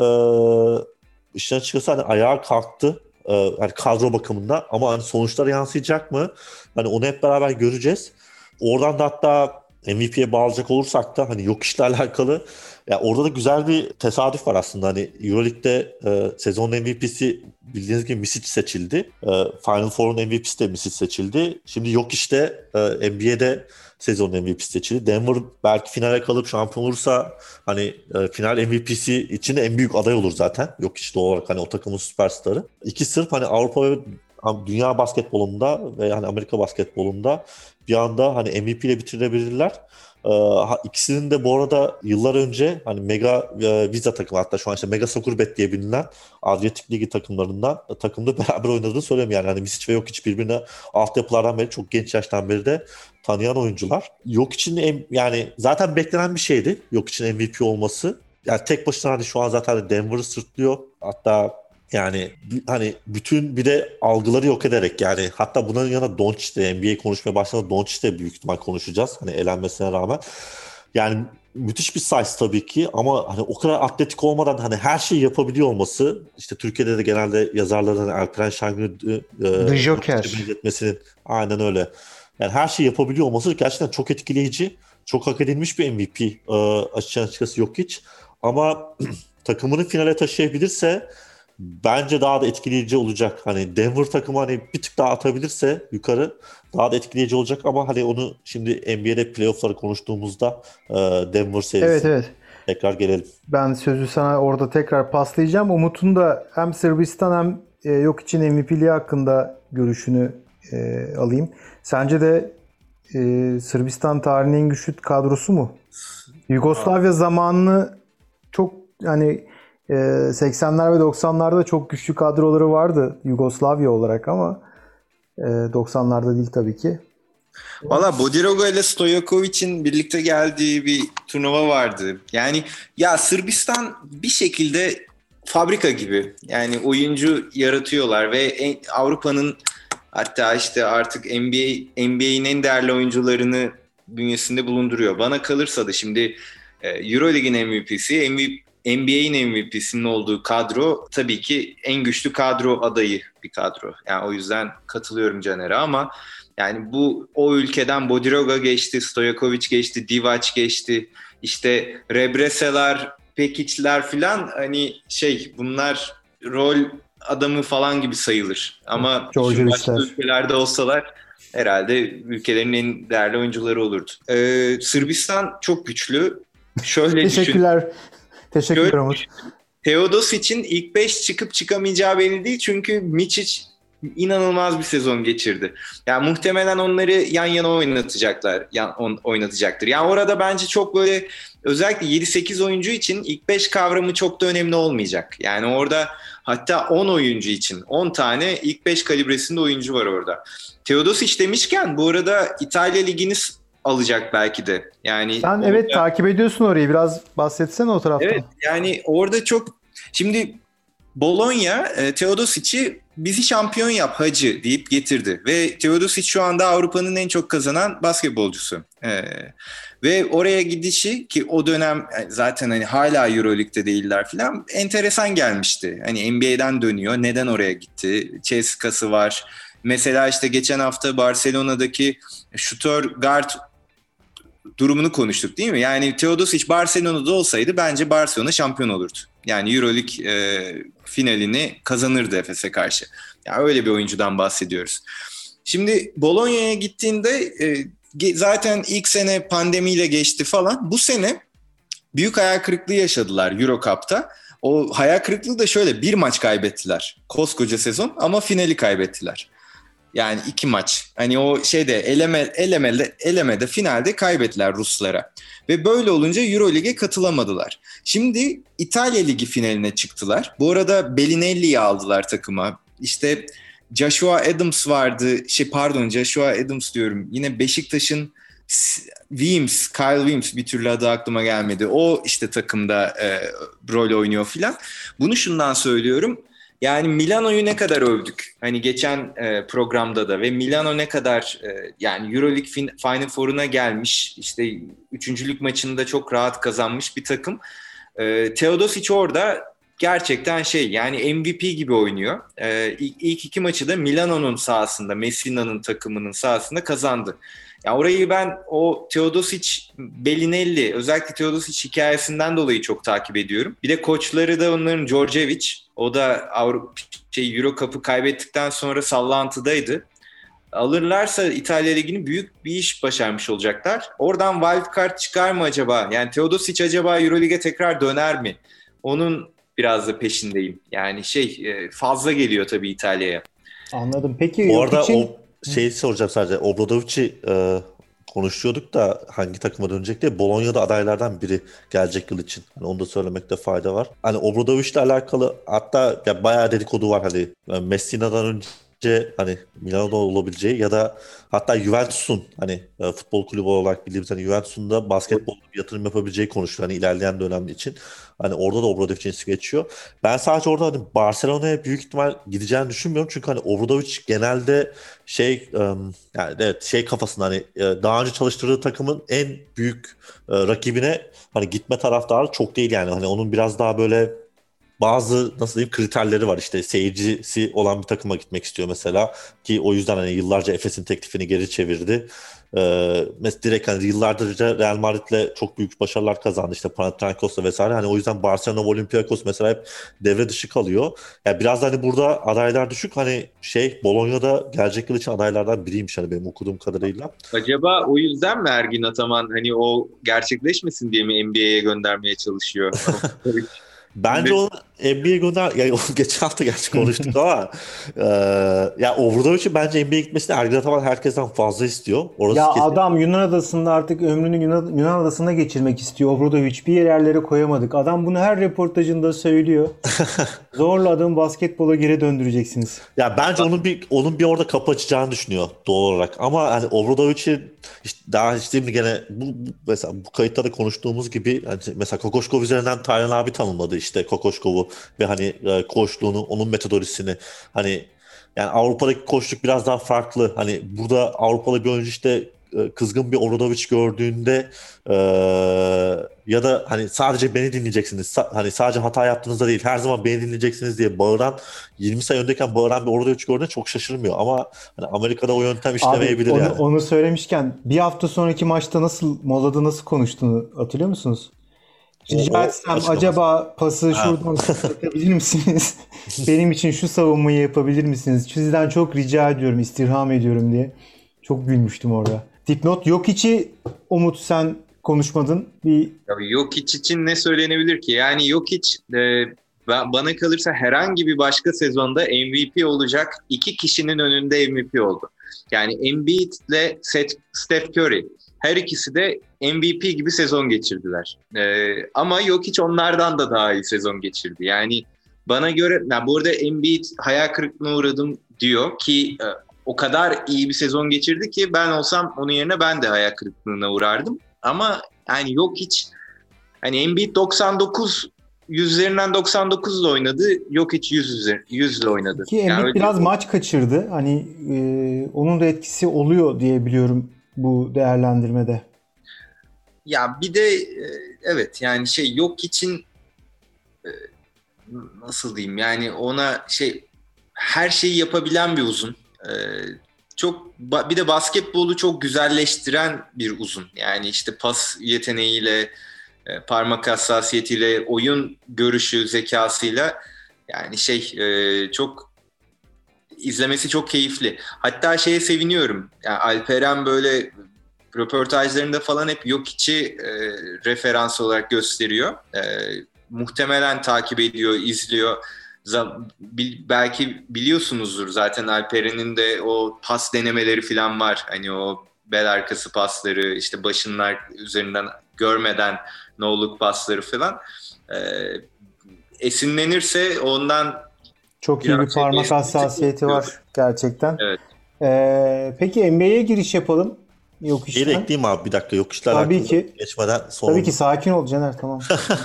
işin açıkçası hani ayağa kalktı. E, yani kadro bakımında ama hani sonuçlara yansıyacak mı? Hani onu hep beraber göreceğiz. Oradan da hatta M V P'ye bağlayacak olursak da hani yok işle alakalı ya orada da güzel bir tesadüf var aslında. Hani EuroLeague'de e, sezonun M V P'si bildiğiniz gibi Misic seçildi. E, Final Four'un M V P'si de Misic seçildi. Şimdi yok işte e, N B A'de sezonun M V P'si seçildi. Denver belki finale kalıp şampiyon olursa hani e, final M V P'si için de en büyük aday olur zaten. Yok işte olarak hani o takımın süperstarı. İki sırf hani Avrupa ve dünya basketbolunda ve hani Amerika basketbolunda bir anda hani M V P ile bitirebilirler. Ee, ha- ikisinin de bu arada yıllar önce hani Mega e, Visa takımı hatta şu an işte Mega Sakurbet diye bilinen Adriyatik Ligi takımlarından e, takımda beraber oynadığını söyleyeyim yani. Hani Misic ve Jokic birbirine altyapılardan beri çok genç yaştan beri de tanıyan oyuncular. Jokic'in en- yani zaten beklenen bir şeydi Jokic'in M V P olması. Yani tek başına hani şu an zaten Denver'ı sırtlıyor. Hatta yani b- hani bütün bir de algıları yok ederek yani hatta bunların yanında Doncic de N B A konuşmaya başladığında Doncic de büyük ihtimal konuşacağız. Hani elenmesine rağmen. Yani müthiş bir size tabii ki ama hani o kadar atletik olmadan hani her şeyi yapabiliyor olması işte Türkiye'de de genelde yazarların hani Alperen Şengün'ü e, The Jokic'e Joker. benzetmesinin aynen öyle. Yani her şeyi yapabiliyor olması gerçekten çok etkileyici. Çok hak edilmiş bir M V P e, açıkçası yok hiç. Ama takımını finale taşıyabilirse bence daha da etkileyici olacak. Hani Denver takımı hani bir tık daha atabilirse yukarı daha da etkileyici olacak ama hani onu şimdi N B A'de playoff'ları konuştuğumuzda e, Denver Evet serisi evet. tekrar gelelim. Ben sözü sana orada tekrar paslayacağım. Umut'un da hem Sırbistan hem e, yok için M V P'liği hakkında görüşünü e, alayım. Sence de e, Sırbistan tarihinin en güçlü kadrosu mu? Yugoslavya zamanını çok hani e, seksenler ve doksanlarda çok güçlü kadroları vardı Yugoslavya olarak ama e, doksanlarda değil tabii ki. Valla Bodiroga ile Stojakovic'in birlikte geldiği bir turnuva vardı. Yani ya Sırbistan bir şekilde fabrika gibi. Yani oyuncu yaratıyorlar ve en- Avrupa'nın hatta işte artık N B A N B A'in en değerli oyuncularını bünyesinde bulunduruyor. Bana kalırsa da şimdi e, Euroleague'in M V P'si, M V P N B A'in M V P'sinin olduğu kadro tabii ki en güçlü kadro adayı bir kadro. Yani o yüzden katılıyorum Caner'e ama yani bu o ülkeden Bodiroga geçti, Stojakovic geçti, Divac geçti. İşte Rebreseler, Pekic'ler filan hani şey bunlar rol adamı falan gibi sayılır. Ama şu başka ülkelerde olsalar herhalde ülkelerin en değerli oyuncuları olurdu. Ee, Sırbistan çok güçlü. Şöyle Teşekkürler. Düşün. Teşekkürler Umut. Teodosic'in ilk beş çıkıp çıkamayacağı belli değil. Çünkü Micic inanılmaz bir sezon geçirdi. Yani muhtemelen onları yan yana oynatacaklar. Yan, on, oynatacaktır. Yani orada bence çok böyle özellikle yedi sekiz oyuncu için ilk beş kavramı çok da önemli olmayacak. Yani orada hatta on oyuncu için on tane ilk beş kalibresinde oyuncu var orada. Teodosic demişken bu arada İtalya Ligi'ni alacak belki de. Yani sen orada, evet takip ediyorsun orayı. Biraz bahsetsene o taraftan. Evet yani orada çok şimdi Bologna e, Teodosic'i bizi şampiyon yap hacı deyip getirdi. Ve Teodosic şu anda Avrupa'nın en çok kazanan basketbolcusu. E, ve oraya gidişi ki o dönem zaten hani hala Euroleague'de değiller falan enteresan gelmişti. Hani N B A'den dönüyor. Neden oraya gitti? Ceska'sı var. Mesela işte geçen hafta Barcelona'daki şutör guard durumunu konuştuk değil mi? Yani Teodosic Barcelona'da olsaydı bence Barcelona şampiyon olurdu. Yani Euroleague e, finalini kazanırdı Efes'e karşı. Yani öyle bir oyuncudan bahsediyoruz. Şimdi Bologna'ya gittiğinde e, zaten ilk sene pandemiyle geçti falan. Bu sene büyük hayal kırıklığı yaşadılar Euro Cup'ta. O hayal kırıklığı da şöyle, bir maç kaybettiler. Koskoca sezon ama finali kaybettiler. Yani iki maç. Hani o şeyde eleme, elemede, elemede finalde kaybettiler Ruslara. Ve böyle olunca Euroleague'e katılamadılar. Şimdi İtalya Ligi finaline çıktılar. Bu arada Bellinelli'yi aldılar takıma. İşte Joshua Adams vardı. Şey pardon Joshua Adams diyorum. Yine Beşiktaş'ın Weems, Kyle Weems, bir türlü adı aklıma gelmedi. O işte takımda e, rol oynuyor filan. Bunu şundan söylüyorum. Yani Milano'yu ne kadar övdük hani geçen e, programda da ve Milano ne kadar e, yani Euroleague fin- Final Four'una gelmiş, işte üçüncülük maçında çok rahat kazanmış bir takım. E, Teodosic orada gerçekten şey yani M V P gibi oynuyor. E, ilk, ilk iki maçı da Milano'nun sahasında, Messina'nın takımının sahasında kazandı. Yani orayı ben o Teodosic, Bellinelli, özellikle Teodosic hikayesinden dolayı çok takip ediyorum. Bir de koçları da onların Djordjevic. O da Avrupa şey Euro Cup'ı kaybettikten sonra sallantıdaydı. Alırlarsa İtalya Ligi'ni büyük bir iş başarmış olacaklar. Oradan wildcard çıkar mı acaba? Yani Teodosic acaba Euroleague'e tekrar döner mi? Onun biraz da peşindeyim. Yani şey fazla geliyor tabii İtalya'ya. Anladım. Peki bu arada için... o şeyi soracağım sadece. Obradovic'i e, konuşuyorduk da hangi takıma dönecek diye. Bologna'da adaylardan biri gelecek yıl için. Yani onu da söylemekte fayda var. Hani Obradovic'le alakalı hatta ya bayağı dedikodu var hani Messina'dan önce hani Milano'da olabileceği ya da hatta Juventus'un hani e, futbol kulübü olarak bildiğimiz hani Juventus'un da basketbol yatırım yapabileceği konuşuluyor hani ilerleyen dönem için. Hani orada da Obradovic'in ismi geçiyor. Ben sadece orada hani Barcelona'ya büyük ihtimal gideceğini düşünmüyorum. Çünkü hani Obradovic genelde şey um, yani evet şey kafasında hani daha önce çalıştırdığı takımın en büyük uh, rakibine hani gitme taraftarı çok değil yani. Hani onun biraz daha böyle bazı nasıl diyeyim kriterleri var işte seyircisi olan bir takıma gitmek istiyor mesela ki o yüzden hani yıllarca Efes'in teklifini geri çevirdi. Ee, mesela direkt hani yıllardır Real Madrid'le çok büyük başarılar kazandı işte Panathinaikos'la vesaire hani o yüzden Barcelona, Olympiakos mesela hep devre dışı kalıyor. Yani biraz da hani burada adaylar düşük hani şey Bologna'da gelecek yıl için adaylardan biriymiş hani benim okuduğum kadarıyla. Acaba o yüzden mi Ergin Ataman hani o gerçekleşmesin diye mi N B A'ye göndermeye çalışıyor? Bence onu N B A'ye gönder... Yani geçen hafta gerçi konuştuk ama e, ya Obradovic'in bence N B A'ye gitmesini Ergin Ataman herkesten fazla istiyor. Orası ya kesin. Adam Yunan adasında artık ömrünü Yunan, Yunan adasına geçirmek istiyor Obradovic. Bir yerlere koyamadık. Adam bunu her röportajında söylüyor. Zorla adamı basketbola geri döndüreceksiniz. Ya bence onun bir onun bir orada kapı açacağını düşünüyor doğal olarak. Ama hani Obradovic'in işte daha işte gene bu, bu mesela bu kayıtta da konuştuğumuz gibi hani mesela Kokoşkov üzerinden Taylan abi tanımladı işte Kokoşkov'u ve hani e, koçluğunu, onun metodolojisini hani yani Avrupa'daki koçluk biraz daha farklı. Hani burada Avrupalı bir oyuncu işte e, kızgın bir Obradovic gördüğünde e, ya da hani sadece beni dinleyeceksiniz, sa- hani sadece hata yaptığınızda değil, her zaman beni dinleyeceksiniz diye bağıran, yirmi sayı öndeyken bağıran bir Obradovic gördüğünde çok şaşırmıyor. Ama hani Amerika'da o yöntem Abi işlemeyebilir onu, yani. onu söylemişken bir hafta sonraki maçta nasıl molada nasıl konuştuğunu hatırlıyor musunuz? O, Rica o etsem açıklaması. acaba pası Ha. şuradan yapabilir misiniz? Benim için şu savunmayı yapabilir misiniz? Sizden çok rica ediyorum, istirham ediyorum diye. Çok gülmüştüm orada. Dipnot yok içi Umut sen konuşmadın. Bir Ya Jokic için ne söylenebilir ki? Yani Jokic e, ba- bana kalırsa herhangi bir başka sezonda M V P olacak iki kişinin önünde M V P oldu. Yani Embiid ile Seth- Steph Curry her ikisi de M V P gibi sezon geçirdiler. E, ama Jokic onlardan da daha iyi sezon geçirdi. Yani bana göre, ya bu arada Embiid hayal kırıklığına uğradım diyor ki e, o kadar iyi bir sezon geçirdi ki ben olsam onun yerine ben de hayal kırıklığına uğrardım. Ama yani yok hiç, hani Embiid doksan dokuz yüzlerinden doksan dokuzla oynadı. Yok hiç yüz yüzle oynadı. ki Yani Embiid öyle- biraz maç kaçırdı. Hani e, onun da etkisi oluyor diye biliyorum bu değerlendirmede. ya bir de e, evet yani şey yok için e, nasıl diyeyim, yani ona şey, her şeyi yapabilen bir uzun. E, çok ba- bir de basketbolu çok güzelleştiren bir uzun. Yani işte pas yeteneğiyle, e, parmak hassasiyetiyle, oyun görüşü, zekasıyla, yani şey e, çok izlemesi çok keyifli. Hatta şeye seviniyorum. Yani Alperen böyle röportajlarında falan hep Jokic'i e, referans olarak gösteriyor. E, muhtemelen takip ediyor, izliyor. Zam- bil- belki biliyorsunuzdur zaten, Alperen'in de o pas denemeleri falan var. Hani o bel arkası pasları, işte başının üzerinden görmeden no-look pasları falan. E, esinlenirse ondan Çok iyi biraz bir şey parmak geçti. hassasiyeti var gerçekten. Evet. Ee, peki N B A'ye giriş yapalım. Yok Şeyi de işten. ekleyeyim abi bir dakika, yok işle Tabii alakalı ki. geçmeden son Tabii ki sakin ol Caner, tamam.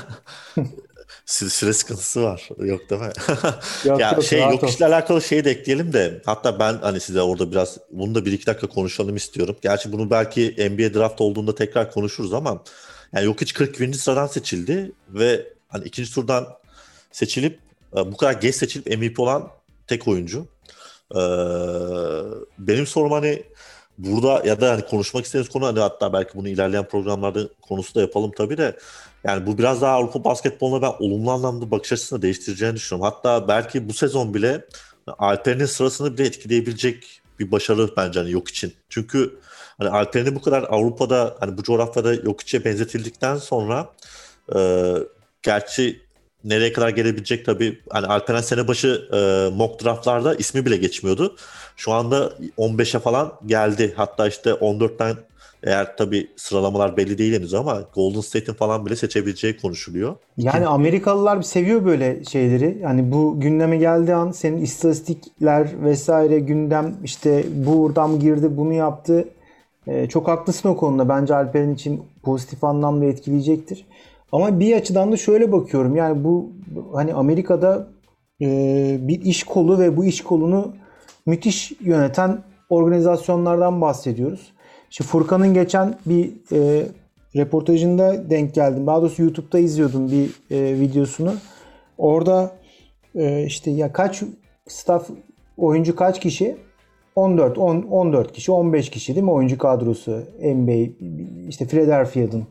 Süre, süre sıkıntısı var. Yok değil mi? Yok Ya yok, şey, rahat yok ol. işle alakalı şeyi de ekleyelim de, hatta ben hani size orada biraz bunu da bir iki dakika konuşalım istiyorum. Gerçi bunu belki N B A draft olduğunda tekrar konuşuruz ama yani Jokic kırk birinci sıradan seçildi ve hani ikinci turdan seçilip e, bu kadar geç seçilip M V P olan tek oyuncu. Ee, benim sorum hani burada ya da hani konuşmak istediğiniz konu, hani hatta belki bunu ilerleyen programlarda konusu da yapalım tabii de, yani bu biraz daha Avrupa basketboluna ben olumlu anlamda bakış açısını değiştireceğini düşünüyorum. Hatta belki bu sezon bile Alperen'in sırasını bile etkileyebilecek bir başarı bence hani yok için. Çünkü hani Alperen'i bu kadar Avrupa'da, hani bu coğrafyada yok içe benzetildikten sonra e, gerçi nereye kadar gelebilecek tabii. Hani Alperen sene başı e, mock draftlarda ismi bile geçmiyordu. Şu anda on beşe falan geldi. Hatta işte on dörtten, eğer tabii sıralamalar belli değil henüz ama Golden State'in falan bile seçebileceği konuşuluyor. Yani İkinci, Amerikalılar bir seviyor böyle şeyleri. Yani bu gündeme geldiği an senin istatistikler vesaire gündem, işte buradan girdi, bunu yaptı. Ee, çok haklısın o konuda. Bence Alperen için pozitif anlamda etkileyecektir. Ama bir açıdan da şöyle bakıyorum. Yani bu hani Amerika'da e, bir iş kolu ve bu iş kolunu müthiş yöneten organizasyonlardan bahsediyoruz. İşte Furkan'ın geçen bir e, reportajında denk geldim. Daha doğrusu YouTube'da izliyordum bir e, videosunu. Orada e, işte ya kaç staff, oyuncu kaç kişi? on dört, on, on dört kişi, on beş kişi değil mi oyuncu kadrosu N B A, işte Philadelphia'nın.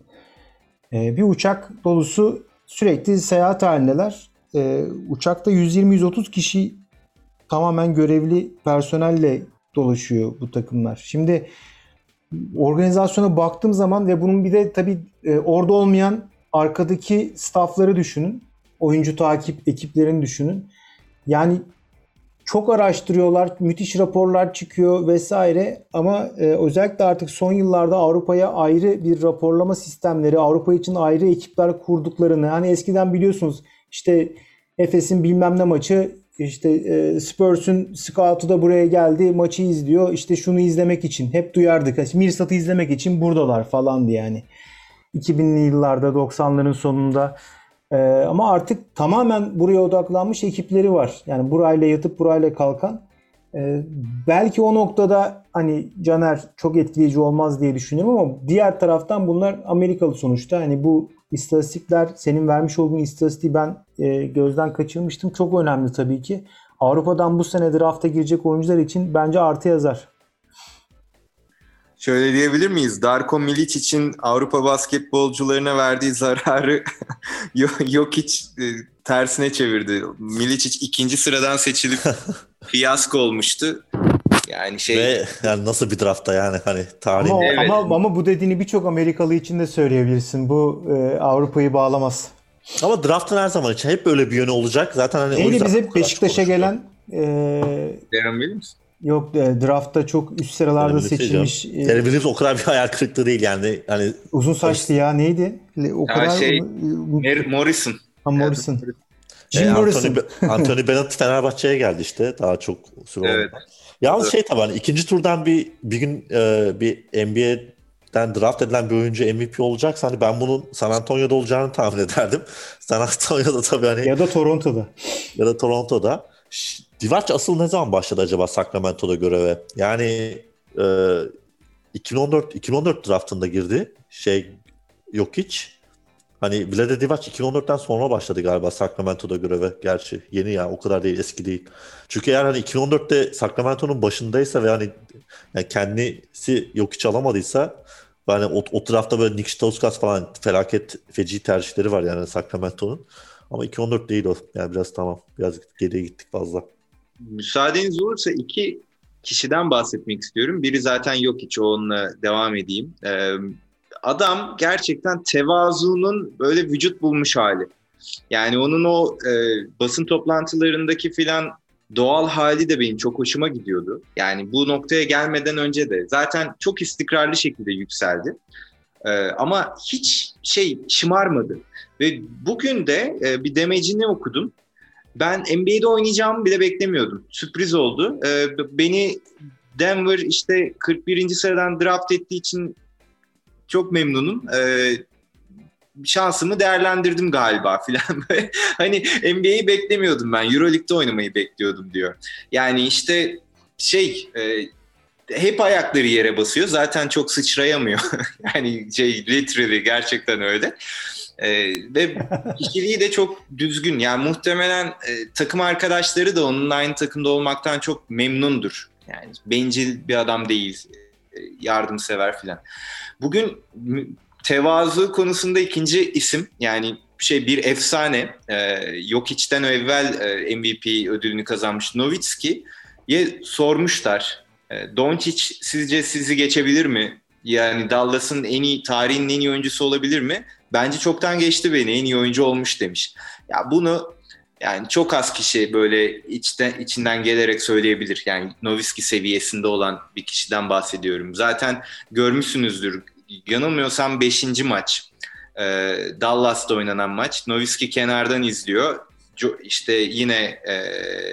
E, bir uçak dolusu sürekli seyahat halindeler. E, uçakta yüz yirmi yüz otuz kişi tamamen görevli personelle dolaşıyor bu takımlar. Şimdi organizasyona baktığım zaman ve bunun bir de tabii e, orada olmayan arkadaki staffları düşünün. Oyuncu takip ekiplerini düşünün. Yani çok araştırıyorlar, müthiş raporlar çıkıyor vesaire ama e, özellikle artık son yıllarda Avrupa'ya ayrı bir raporlama sistemleri, Avrupa için ayrı ekipler kurduklarını, hani eskiden biliyorsunuz işte Efes'in bilmem ne maçı, işte e, Spurs'un scout'u da buraya geldi, maçı izliyor, işte şunu izlemek için hep duyardık. Mirsat'ı izlemek için buradalar falan diye yani. iki binli yıllarda, doksanların sonunda. Ee, ama artık tamamen buraya odaklanmış ekipleri var. Yani burayla yatıp burayla kalkan. Ee, belki o noktada hani Caner çok etkileyici olmaz diye düşünüyorum ama diğer taraftan bunlar Amerikalı sonuçta. Hani bu istatistikler, senin vermiş olduğun istatistiği ben e, gözden kaçırmıştım. Çok önemli tabii ki. Avrupa'dan bu sene drafta girecek oyuncular için bence artı yazar. Şöyle diyebilir miyiz? Darko Milicic'in Avrupa basketbolcularına verdiği zararı yok hiç e, tersine çevirdi. Milicic ikinci sıradan seçilip fiyasko olmuştu. Yani şey Ve yani nasıl bir draftta yani hani tarihin. Ama, Evet. ama, ama bu dediğini birçok Amerikalı için de söyleyebilirsin. Bu e, Avrupa'yı bağlamaz. Ama draftın her zaman için hep böyle bir yönü olacak. Zaten hani o Neydi yüzden biz bu hep kadar Beşiktaş'a çok konuşuluyor. gelen e, Darren Williams. yok e, draftta çok üst sıralarda Darren Williams seçilmiş. canım. E, Darren Williams o kadar bir hayal kırıklığı değil yani. Hani uzun saçlı ya neydi? O Ha, kadar şey, e, Mer- Morrison. ha, Morrison. e, Jim Morrison. Anthony, Anthony Bennett Fenerbahçe'ye geldi işte. Daha çok süre Evet. olmadan. Yalnız Evet. şey tabii hani ikinci turdan bir bir gün e, bir N B A'den draft edilen bir oyuncu M V P olacaksa hani ben bunun San Antonio'da olacağını tahmin ederdim. San Antonio'da tabii hani Ya da Toronto'da. ya da Toronto'da. Ş- Divac asıl ne zaman başladı acaba Sacramento'da göreve? Yani e, iki bin on dört iki bin on dört draftında girdi. Şey Jokic. Hani Vlade Divac iki bin on dörtten sonra başladı galiba Sacramento'da göreve. Gerçi yeni ya, o kadar değil, eski değil. Çünkü eğer hani iki bin on dörtte Sacramento'nun başındaysa ve hani yani kendisi Jokic alamadıysa, yani o, o tarafta böyle Nick Stauskas falan felaket feci tercihleri var yani Sacramento'nun. Ama iki bin on dört değil o. Yani biraz tamam. Biraz geriye gittik fazla. Müsaadeniz olursa iki kişiden bahsetmek istiyorum. Biri zaten yok hiç, onunla devam edeyim. Ee, adam gerçekten tevazunun böyle vücut bulmuş hali. Yani onun o e, basın toplantılarındaki filan doğal hali de benim çok hoşuma gidiyordu. Yani bu noktaya gelmeden önce de zaten çok istikrarlı şekilde yükseldi. Ee, ama hiç şey şımarmadı. Ve bugün de e, bir demecini okudum. Ben N B A'de oynayacağımı bile beklemiyordum. Sürpriz oldu. Ee, beni Denver işte kırk birinci sıradan draft ettiği için çok memnunum. Ee, şansımı değerlendirdim galiba filan. Hani N B A'yi beklemiyordum ben. Euroleague'de oynamayı bekliyordum diyor. Yani işte şey e, hep ayakları yere basıyor. Zaten çok sıçrayamıyor. Yani şey literally gerçekten öyle. Ee, ve kişiliği de çok düzgün. Yani muhtemelen e, takım arkadaşları da onunla aynı takımda olmaktan çok memnundur. Yani bencil bir adam değil. E, yardımsever filan. Bugün tevazu konusunda ikinci isim, yani şey bir efsane. E, Jokic'ten evvel e, M V P ödülünü kazanmış Nowitzki'ye sormuşlar. E, Doncic sizce sizi geçebilir mi? Yani Dallas'ın en iyi, tarihin en iyi oyuncusu olabilir mi? Bence çoktan geçti beni, en iyi oyuncu olmuş demiş. Ya bunu yani çok az kişi böyle içten, içinden gelerek söyleyebilir. Yani Nowitzki seviyesinde olan bir kişiden bahsediyorum. Zaten görmüşsünüzdür. Yanılmıyorsam beşinci maç. Ee, Dallas'ta oynanan maç. Nowitzki kenardan izliyor. İşte yine e,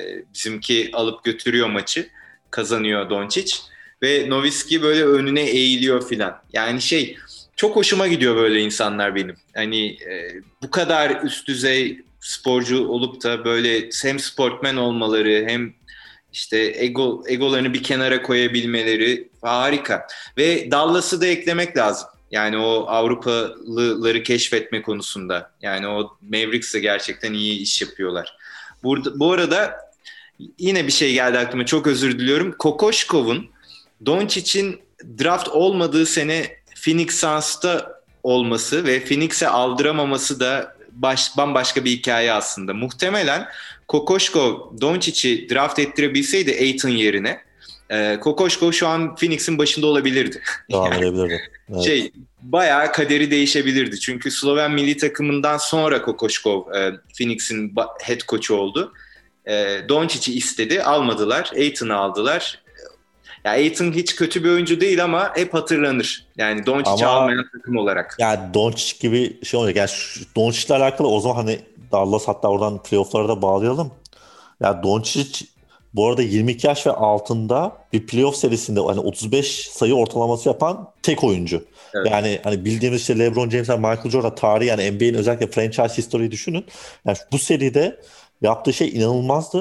bizimki alıp götürüyor maçı. Kazanıyor Doncic. Ve Nowitzki böyle önüne eğiliyor filan. Yani şey... Çok hoşuma gidiyor böyle insanlar benim. Hani e, bu kadar üst düzey sporcu olup da böyle hem sportmen olmaları hem işte ego egolarını bir kenara koyabilmeleri harika. Ve Dallas'ı da eklemek lazım. Yani o Avrupalıları keşfetme konusunda. Yani o Mavericks'e gerçekten iyi iş yapıyorlar. Burada, bu arada yine bir şey geldi aklıma. Çok özür diliyorum. Kokoşkov'un Doncic'in draft olmadığı sene Phoenix Suns'ta olması ve Phoenix'e aldıramaması da baş, bambaşka bir hikaye aslında. Muhtemelen Kokoşkov Doncic'i draft ettirebilseydi Ayton yerine, e, Kokoşkov şu an Phoenix'in başında olabilirdi. Devam Yani, edebilirdi. Evet. Şey, bayağı kaderi değişebilirdi. Çünkü Sloven milli takımından sonra Kokoşkov e, Phoenix'in head coach'u oldu. E, Doncic'i istedi, almadılar. Ayton'u aldılar. Ya Ayton hiç kötü bir oyuncu değil ama hep hatırlanır. Yani Doncic'i Ama- almayan takım olarak. Yani Doncic gibi şey olacak. Yani Doncic'le alakalı o zaman hani Dallas, hatta oradan playoff'lara da bağlayalım. Ya Doncic bu arada yirmi iki yaş ve altında bir playoff serisinde hani otuz beş sayı ortalaması yapan tek oyuncu. Evet. Yani hani bildiğimiz işte LeBron James ve Michael Jordan tarihi, yani N B A'in özellikle franchise history'yi düşünün. Yani bu seride yaptığı şey inanılmazdı.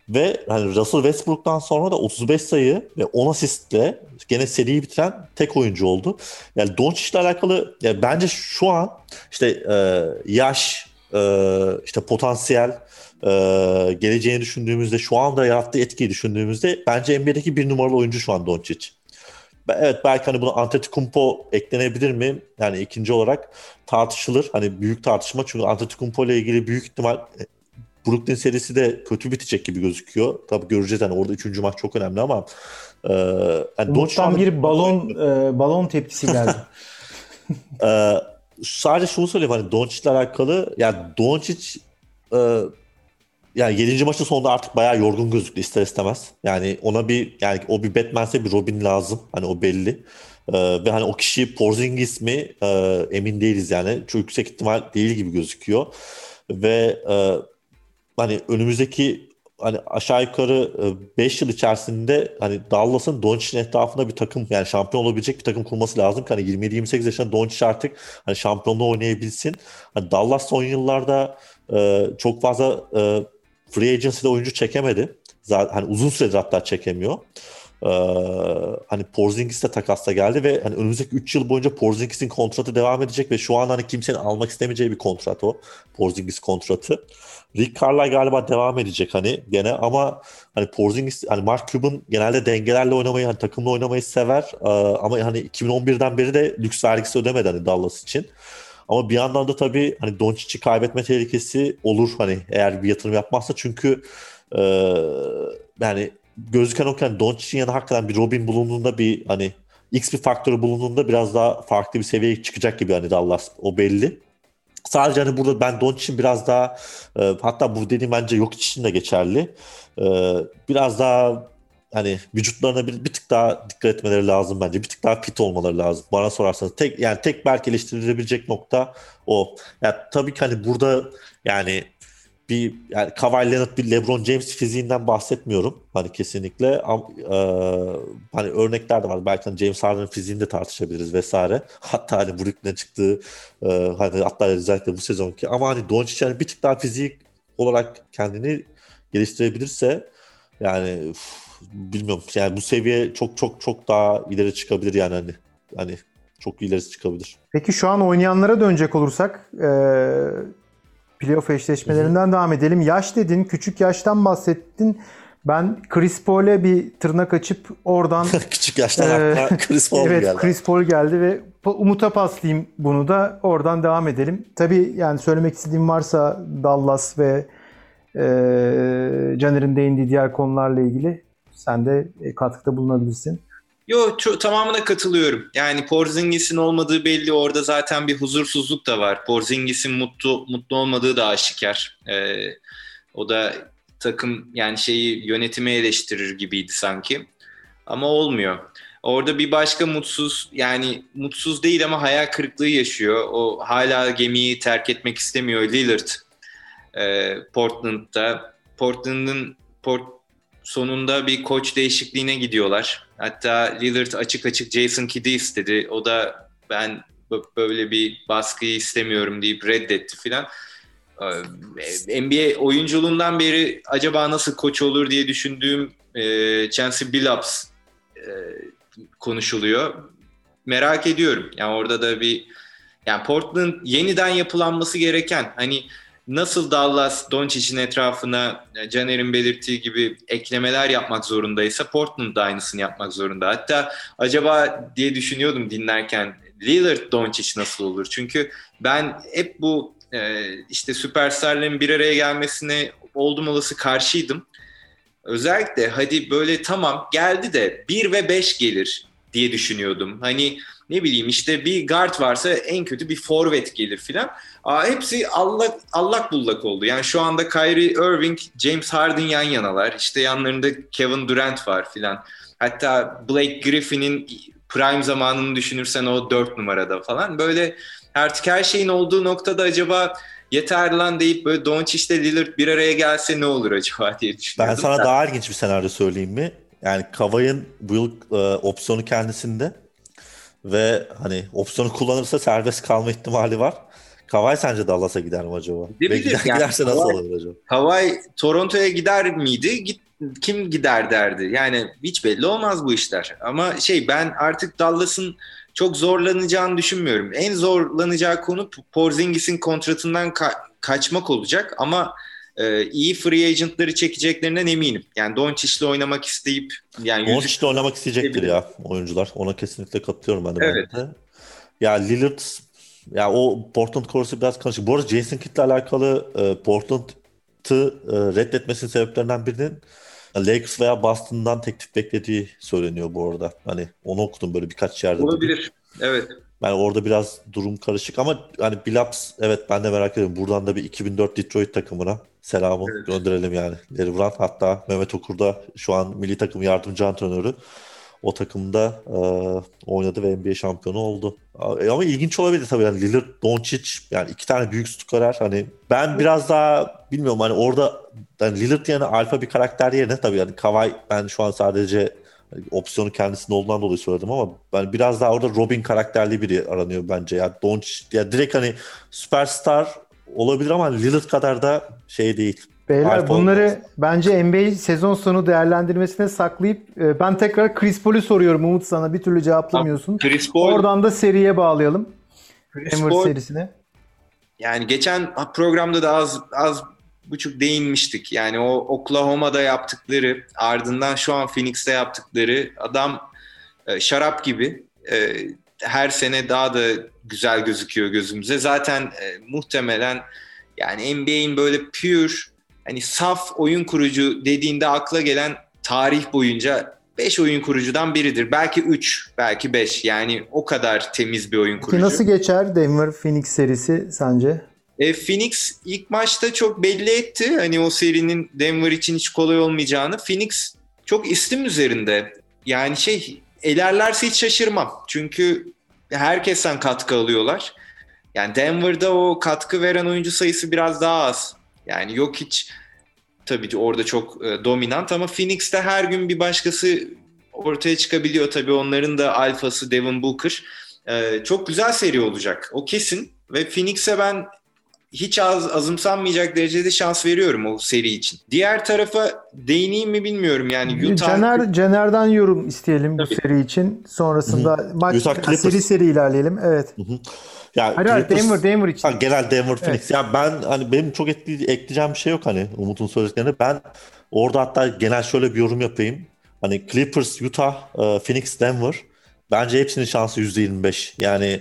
Ve hani Russell Westbrook'tan sonra da otuz beş sayı ve on asistle gene seriyi bitiren tek oyuncu oldu. Yani Doncic'le alakalı yani bence şu an işte e, yaş, e, işte potansiyel, e, geleceğini düşündüğümüzde, şu anda yarattığı etkiyi düşündüğümüzde bence N B A'deki bir numaralı oyuncu şu an Doncic. Evet, belki hani buna Antetokounmpo eklenebilir mi? Yani ikinci olarak tartışılır. Hani büyük tartışma, çünkü Antetokounmpo ile ilgili büyük ihtimal Brooklyn serisi de kötü bitecek gibi gözüküyor. Tabii göreceğiz, hani orada üçüncü maç çok önemli ama e, yani Umut'tan bir balon e, balon tepkisi geldi. e, sadece şunu söyleyeyim, hani Doncic'le alakalı, yani Doncic e, yani yedinci maçın sonunda artık bayağı yorgun gözüktü ister istemez. Yani ona bir, yani o bir Batman'se bir Robin lazım. Hani o belli. Ee, ve hani o kişi Porzingis mi e, emin değiliz yani. Çok yüksek ihtimal değil gibi gözüküyor. Ve e, hani önümüzdeki hani aşağı yukarı beş yıl içerisinde hani Dallas'ın Doncic'in etrafında bir takım, yani şampiyon olabilecek bir takım kurması lazım ki hani yirmi yedi yirmi sekiz yaşında Doncic artık hani şampiyonluğu oynayabilsin. Hani Dallas son yıllarda e, çok fazla e, free agency'de oyuncu çekemedi. Zaten hani uzun süredir hatta çekemiyor. Ee, hani Porzingis de takasla geldi ve hani önümüzdeki üç yıl boyunca Porzingis'in kontratı devam edecek ve şu an hani kimsenin almak istemeyeceği bir kontrat o. Porzingis kontratı. Rick Carlisle galiba devam edecek hani gene, ama hani Porzingis, hani Mark Cuban genelde dengelerle oynamayı, hani takımla oynamayı sever. Ee, ama hani iki bin on birden beri de lüks vergisi ödemedi hani Dallas için. Ama bir yandan da tabii hani Doncic'i kaybetme tehlikesi olur hani eğer bir yatırım yapmazsa, çünkü e, yani gözüken o ki hani Doncic'in yanında hakikaten bir Robin bulunduğunda, bir hani X bir faktörü bulunduğunda biraz daha farklı bir seviyeye çıkacak gibi hani Dallas, o belli. Sadece hani burada ben Doncic'in biraz daha e, hatta bu dediğim bence yok için de geçerli. E, biraz daha hani vücutlarına bir, bir tık daha dikkat etmeleri lazım bence. Bir tık daha fit olmaları lazım. Bana sorarsanız tek, yani tek belki eleştirilebilecek nokta o. Yani tabii ki hani burada yani bir, yani Kawhi Leonard, bir LeBron James fiziğinden bahsetmiyorum hani kesinlikle. Am, e, hani örnekler de var. Belki hani James Harden'ın fiziğini de tartışabiliriz vesaire. Hatta hani Brooklyn'e çıktığı e, hani hatta özellikle bu sezonki, ama hani Doncic yani bir tık daha fizik olarak kendini geliştirebilirse yani üf, bilmiyorum yani bu seviye çok çok çok daha ileri çıkabilir yani hani hani çok ileri çıkabilir. Peki şu an oynayanlara dönecek olursak e, playoff eşleşmelerinden devam edelim. Yaş dedin, küçük yaştan bahsettin. Ben Chris Paul'e bir tırnak açıp oradan Küçük yaştan e, aklıma Chris Paul evet, geldi. Chris Paul geldi ve Umut'a paslayayım bunu da, oradan devam edelim. Tabii yani söylemek istediğim varsa Dallas ve e, Caner'in değindiği diğer konularla ilgili sen de katkıda bulunabilirsin. Yo, çok, tamamına katılıyorum. Yani Porzingis'in olmadığı belli. Orada zaten bir huzursuzluk da var. Porzingis'in mutlu mutlu olmadığı da aşikar. Ee, o da takım, yani şeyi, yönetimi eleştirir gibiydi sanki. Ama olmuyor. Orada bir başka mutsuz, yani mutsuz değil ama hayal kırıklığı yaşıyor. O hala gemiyi terk etmek istemiyor, Lillard. Ee, Portland'da. Portland'ın Port sonunda bir koç değişikliğine gidiyorlar. Hatta Lillard açık açık Jason Kidd'i istedi. O da ben böyle bir baskıyı istemiyorum deyip reddetti filan. N B A oyunculuğundan beri acaba nasıl koç olur diye düşündüğüm e, Chauncey Billups e, konuşuluyor. Merak ediyorum. Yani orada da bir, yani Portland yeniden yapılanması gereken, hani nasıl Dallas Doncic'in etrafına Caner'in belirttiği gibi eklemeler yapmak zorundaysa Portland da aynısını yapmak zorunda. Hatta acaba diye düşünüyordum dinlerken, Lillard Doncic nasıl olur? Çünkü ben hep bu e, işte süperstarların bir araya gelmesine oldum olası karşıydım. Özellikle hadi böyle tamam geldi de bir ve beş gelir diye düşünüyordum. Hani ne bileyim işte bir guard varsa en kötü bir forvet gelir filan. Aa, hepsi allak, allak bullak oldu. Yani şu anda Kyrie Irving, James Harden yan yanalar. İşte yanlarında Kevin Durant var filan. Hatta Blake Griffin'in prime zamanını düşünürsen o dört numarada falan. Böyle artık her şeyin olduğu noktada acaba yeter lan deyip böyle Doncic'le Lillard bir araya gelse ne olur acaba diye düşünüyordum. Ben sana daha ilginç bir senaryo söyleyeyim mi? Yani Kawhi'nin bu yıl e, opsiyonu kendisinde ve hani opsiyonu kullanırsa serbest kalma ihtimali var. Kawhi sence Dallas'a gider mi acaba? Ve gider, Yani giderse nasıl Kawhi, olur acaba? Kawhi Toronto'ya gider miydi? Git, kim gider derdi. Yani hiç belli olmaz bu işler. Ama şey ben artık Dallas'ın çok zorlanacağını düşünmüyorum. En zorlanacağı konu Porzingis'in kontratından ka- kaçmak olacak ama e, iyi free agent'ları çekeceklerinden eminim. Yani Doncic'le oynamak isteyip yani Doncic'le oynamak isteyecektir ya oyuncular. Ona kesinlikle katılıyorum ben de. Evet. Ben de. Ya Lillard, ya o Portland konusu biraz karışık. Bu arada Jason Kidd'le alakalı e, Portland'ı e, reddetmesinin sebeplerinden birinin Lakers veya Boston'dan teklif beklediği söyleniyor bu arada. Hani onu okudum böyle birkaç yerde. Olabilir. Evet. Yani orada biraz durum karışık ama hani Billups, evet ben de merak ediyorum. Buradan da bir iki bin dört Detroit takımına selamı Evet. gönderelim yani. Larry Brand, hatta Mehmet Okur da şu an milli takım yardımcı antrenörü. O takımda e, oynadı ve N B A şampiyonu oldu. E, ama ilginç olabilir tabii yani Lillard, Doncic, yani iki tane büyük skorer. Hani ben biraz daha bilmiyorum hani orada yani Lillard yani alfa bir karakter yerine tabii yani Kawhi, ben şu an sadece opsiyonu kendisinde olduğundan dolayı söyledim ama ben biraz daha orada Robin karakterli biri aranıyor bence. Ya Doncic ya direkt hani süperstar olabilir ama Lillard kadar da şey değil. Beyler Alfa bunları olmaz. bence N B A sezon sonu değerlendirmesine saklayıp e, ben tekrar Chris Paul'u soruyorum Umut, sana bir türlü cevaplamıyorsun. Chris Paul, Oradan da seriye bağlayalım. Chris Denver Paul serisine. yani geçen programda da az az buçuk değinmiştik. Yani o Oklahoma'da yaptıkları, ardından şu an Phoenix'te yaptıkları, adam e, şarap gibi. E, her sene daha da güzel gözüküyor gözümüze. Zaten e, muhtemelen yani N B A'in böyle pure hani saf oyun kurucu dediğinde akla gelen tarih boyunca beş oyun kurucudan biridir. Belki üç, belki beş. Yani o kadar temiz bir oyun Peki kurucu. nasıl geçer Denver Phoenix serisi sence? E, Phoenix ilk maçta çok belli etti. Hani o serinin Denver için hiç kolay olmayacağını. Phoenix çok istim üzerinde. Yani şey elerlerse hiç şaşırmam. Çünkü herkesten katkı alıyorlar. Yani Denver'da o katkı veren oyuncu sayısı biraz daha az. Yani yok hiç tabii ki orada çok e, dominant ama Phoenix'te her gün bir başkası ortaya çıkabiliyor. Tabii onların da alfası Devin Booker. E, çok güzel seri olacak. O kesin. Ve Phoenix'e ben hiç az, azımsanmayacak derecede şans veriyorum o seri için. Diğer tarafa değineyim mi bilmiyorum. Yani Utah... Caner, Caner'den yorum isteyelim Tabii. bu seri için. Sonrasında Hı-hı. maç Utah Clippers. seri seri ilerleyelim. Evet. Hı-hı. Ya Hayır, hayır, Clippers, Denver, Denver için. ha, genel Denver Phoenix. Evet. Ya ben hani benim çok etki, ekleyeceğim bir şey yok hani Umut'un söylediklerine. Ben orada hatta genel şöyle bir yorum yapayım. Hani Clippers, Utah, e, Phoenix, Denver. Bence hepsinin şansı yüzde yirmi beş. Yani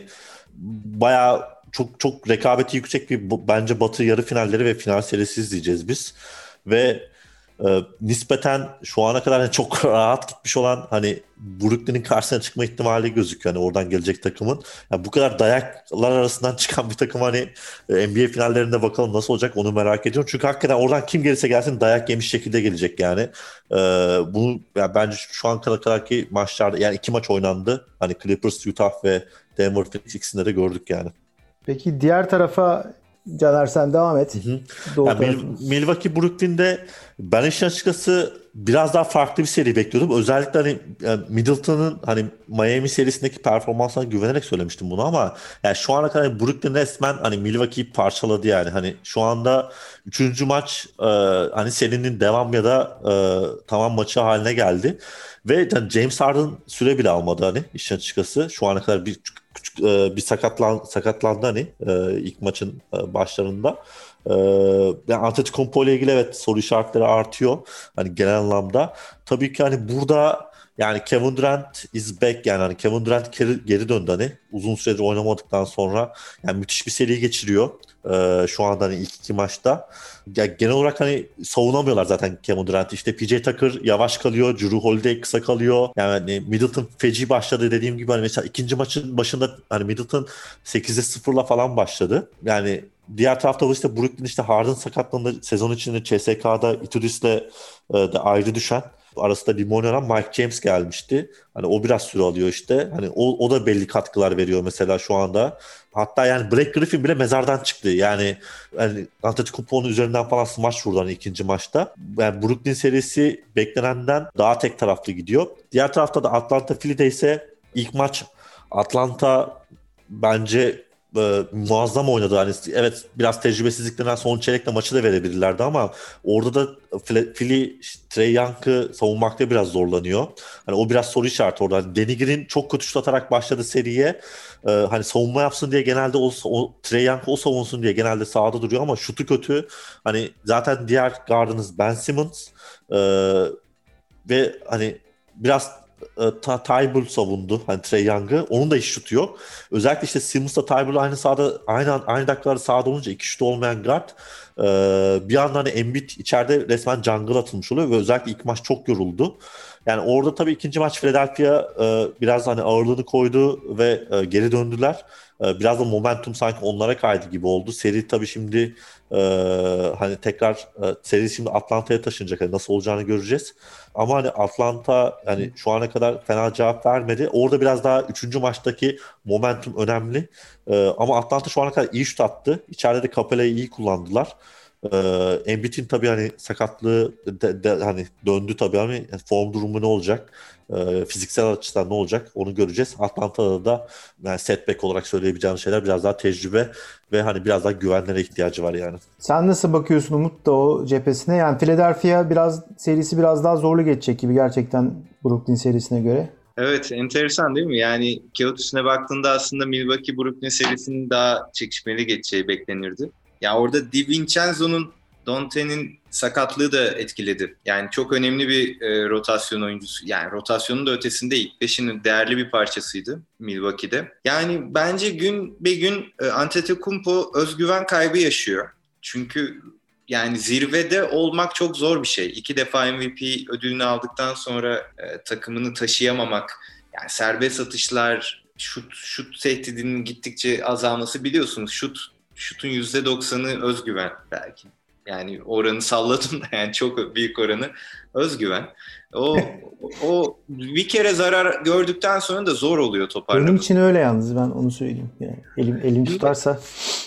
bayağı çok çok rekabeti yüksek bir bu- bence Batı yarı finalleri ve final serisi izleyeceğiz biz. Ve e, nispeten şu ana kadar hani çok rahat gitmiş olan hani Brooklyn'in karşısına çıkma ihtimali gözüküyor. Hani oradan gelecek takımın. Yani bu kadar dayaklar arasından çıkan bir takım hani e, N B A finallerinde bakalım nasıl olacak onu merak ediyorum. Çünkü hakikaten oradan kim gelirse gelsin dayak yemiş şekilde gelecek yani. E, bunu yani bence şu an kadar kadarki maçlarda yani iki maç oynandı. Hani Clippers, Utah ve Denver Phoenix ikisinde de gördük yani. Peki diğer tarafa Caner sen devam et. Hı hı. Doğu Yani tarafı. Mil- Milwaukee Brooklyn'de ben işin açıkçası biraz daha farklı bir seri bekliyordum. Özellikle hani yani Middleton'ın hani Miami serisindeki performansına güvenerek söylemiştim bunu ama yani şu ana kadar Brooklyn resmen hani Milwaukee'yi parçaladı yani. Hani şu anda üçüncü maç e, hani serinin devam ya da e, tamam maçı haline geldi. Ve yani James Harden süre bile almadı hani işin açıkçası. Şu ana kadar bir küçük e, bir sakatlan sakatlandı hani e, ilk maçın e, başlarında. E, yani Antetokounmpo ile ilgili evet soru işaretleri artıyor hani genel anlamda. Tabii ki hani burada yani Kevin Durant is back yani hani Kevin Durant geri, geri döndü hani uzun süredir oynamadıktan sonra yani müthiş bir seri geçiriyor. Ee, şu anda hani ilk iki maçta. Ya genel olarak hani savunamıyorlar zaten Kevin Durant. İşte P J Tucker yavaş kalıyor. Drew Holiday kısa kalıyor. Yani hani Middleton feci başladı dediğim gibi hani mesela ikinci maçın başında hani Middleton sekizde sıfırla falan başladı. Yani diğer tarafta işte Brooklyn işte Harden sakatlandı. Sezon içinde C S K'da Itudis'le e, de ayrı düşen arasında limon olan Mike James gelmişti. Hani o biraz süre alıyor işte. Hani o, o da belli katkılar veriyor mesela şu anda. Hatta yani Blake Griffin bile mezardan çıktı. Yani, yani Antetokounmpo'nun üzerinden falan smaç vurdu hani ikinci maçta. Yani Brooklyn serisi beklenenden daha tek taraflı gidiyor. Diğer tarafta da Atlanta Philly'de ise ilk maç Atlanta bence e, muazzam oynadı. Hani evet biraz tecrübesizliklerinden son çeyrekte maçı da verebilirlerdi ama orada da Philly Trae Young'ı savunmakta biraz zorlanıyor. Hani o biraz soru işareti orada. Hani Danny Green çok kötü şut atarak başladı seriye. E, hani savunma yapsın diye genelde o, o Trae Young o savunsun diye genelde sahada duruyor ama şutu kötü. Hani zaten diğer guardınız Ben Simmons e, ve hani biraz Ta Tybal savundu hani Trae Young'ı. Onun da hiç şutu yok. Özellikle işte Simmons'la Tybal aynı sahada aynı aynı dakikalarda sahada olunca iki şutu olmayan guard e, bir anda hani Embiid içeride resmen jungle atılmış oluyor ve özellikle ilk maç çok yoruldu. Yani orada tabii ikinci maç Philadelphia e, biraz hani ağırlığını koydu ve e, geri döndüler. E, biraz da momentum sanki onlara kaydı gibi oldu. Seri tabii şimdi e, hani tekrar e, seri şimdi Atlanta'ya taşınacak. Yani nasıl olacağını göreceğiz. Ama hani Atlanta yani şu ana kadar fena cevap vermedi. Orada biraz daha üçüncü maçtaki momentum önemli. Ee, ama Atlanta şu ana kadar iyi şut attı. İçeride de Capella'yı iyi kullandılar. Ee, Embiid'in tabii hani sakatlığı de, de, hani döndü tabii ama form durumu ne olacak? Ee, fiziksel açıdan ne olacak? Onu göreceğiz. Atlanta'da da yani setback olarak söyleyebileceğim şeyler biraz daha tecrübe ve hani biraz daha güvenlere ihtiyacı var yani. Sen nasıl bakıyorsun Umut da o cephesine? Yani Philadelphia biraz serisi biraz daha zorlu geçecek gibi gerçekten Brooklyn serisine göre. Evet, enteresan değil mi? Yani kağıt üstüne baktığında aslında Milwaukee Brooklyn serisinin daha çekişmeli geçeceği beklenirdi. Ya orada DiVincenzo'nun, Dante'nin sakatlığı da etkiledi. Yani çok önemli bir e, rotasyon oyuncusu. Yani rotasyonun da ötesinde ilk beşinin değerli bir parçasıydı Milwaukee'de. Yani bence gün be gün e, Antetokounmpo özgüven kaybı yaşıyor. Çünkü yani zirvede olmak çok zor bir şey. İki defa M V P ödülünü aldıktan sonra e, takımını taşıyamamak, yani serbest atışlar, şut şut tehdidinin gittikçe azalması, biliyorsunuz. Şut şutun yüzde doksanı özgüven belki. Yani oranı salladım da yani çok büyük oranı özgüven. O o bir kere zarar gördükten sonra da zor oluyor toparlamak. Benim için öyle yalnız, ben onu söyleyeyim. Yani elim elim tutarsa.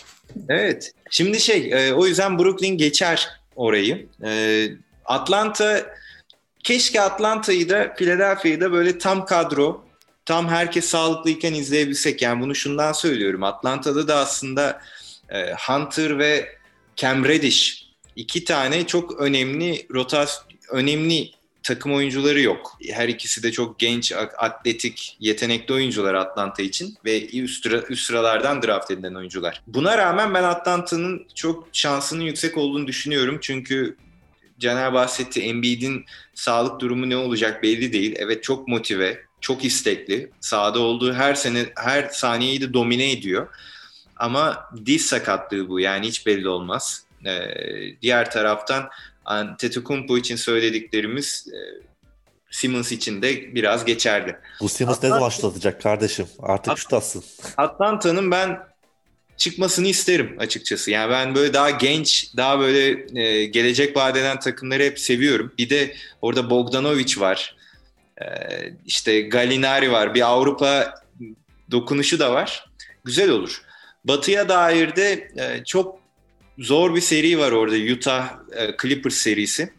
Evet. Şimdi şey, e, o yüzden Brooklyn geçer orayı. E, Atlanta, keşke Atlanta'yı da Philadelphia'yı da böyle tam kadro, tam herkes sağlıklıyken izleyebilsek. Yani bunu şundan söylüyorum. Atlanta'da da aslında e, Hunter ve Cam Reddish, iki tane çok önemli rotasyon, önemli takım oyuncuları yok. Her ikisi de çok genç, atletik, yetenekli oyuncular Atlanta için ve üst, sıra, üst sıralardan draft edilen oyuncular. Buna rağmen ben Atlanta'nın çok şansının yüksek olduğunu düşünüyorum. Çünkü Caner bahsetti, Embiid'in sağlık durumu ne olacak belli değil. Evet, çok motive, çok istekli. Sahada olduğu her sene, her saniyeyi de domine ediyor. Ama diz sakatlığı bu, yani hiç belli olmaz. Ee, diğer taraftan Antetokounmpo için söylediklerimiz e, Simmons için de biraz geçerli. Bu Simmons Atlanta, ne zaman şut atacak kardeşim? Artık At- şut atsın. Atlanta'nın ben çıkmasını isterim açıkçası. Yani ben böyle daha genç, daha böyle e, gelecek vaat eden takımları hep seviyorum. Bir de orada Bogdanovic var. E, işte Gallinari var. Bir Avrupa dokunuşu da var. Güzel olur. Batı'ya dair de e, çok zor bir seri var orada, Utah e, Clippers serisi.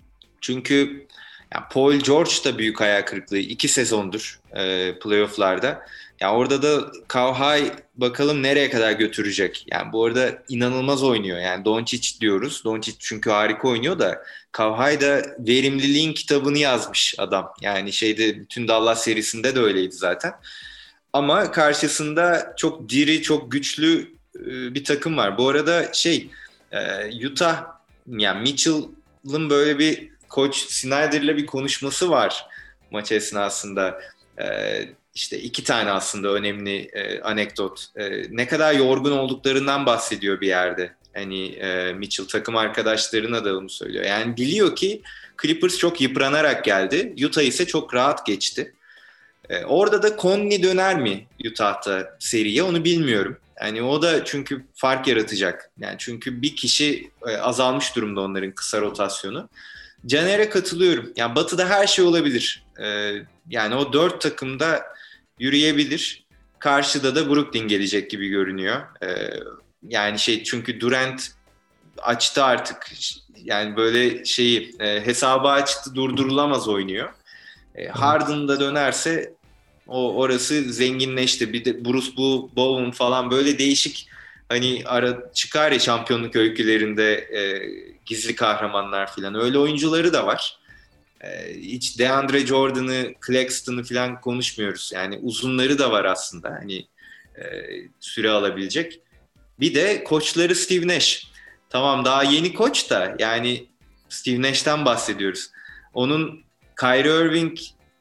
Çünkü yani Paul George da büyük hayal kırıklığı. İki sezondur e, playofflarda. Yani orada da Kawhi bakalım nereye kadar götürecek. Yani bu arada inanılmaz oynuyor. Yani Doncic diyoruz. Doncic çünkü harika oynuyor da Kawhi da verimliliğin kitabını yazmış adam. Yani şeyde, bütün Dallas serisinde de öyleydi zaten. Ama karşısında çok diri, çok güçlü bir takım var. Bu arada şey, Utah, yani Mitchell'ın böyle bir Koç Snyder'la bir konuşması var maç esnasında. İşte iki tane aslında önemli anekdot. Ne kadar yorgun olduklarından bahsediyor bir yerde. Hani Mitchell takım arkadaşlarına da onu söylüyor. Yani biliyor ki Clippers çok yıpranarak geldi. Utah ise çok rahat geçti. Orada da Conley döner mi Utah'ta seriye, onu bilmiyorum. Yani o da çünkü fark yaratacak. Yani çünkü bir kişi azalmış durumda onların kısa rotasyonu. Caner'e katılıyorum. Yani Batı'da her şey olabilir. Yani o dört takımda yürüyebilir. Karşıda da Brooklyn gelecek gibi görünüyor. Yani şey, çünkü Durant açtı artık. Yani böyle şeyi hesabı açtı, durdurulamaz oynuyor. Harden da dönerse O orası zenginleşti. Bir de Bruce Bowen falan böyle değişik hani ara çıkar ya şampiyonluk öykülerinde e, gizli kahramanlar falan. Öyle oyuncuları da var. E, hiç DeAndre Jordan'ı, Claxton'ı falan konuşmuyoruz. Yani uzunları da var aslında. Hani e, süre alabilecek. Bir de koçları Steve Nash. Tamam daha yeni koç da yani Steve Nash'ten bahsediyoruz. Onun Kyrie Irving'le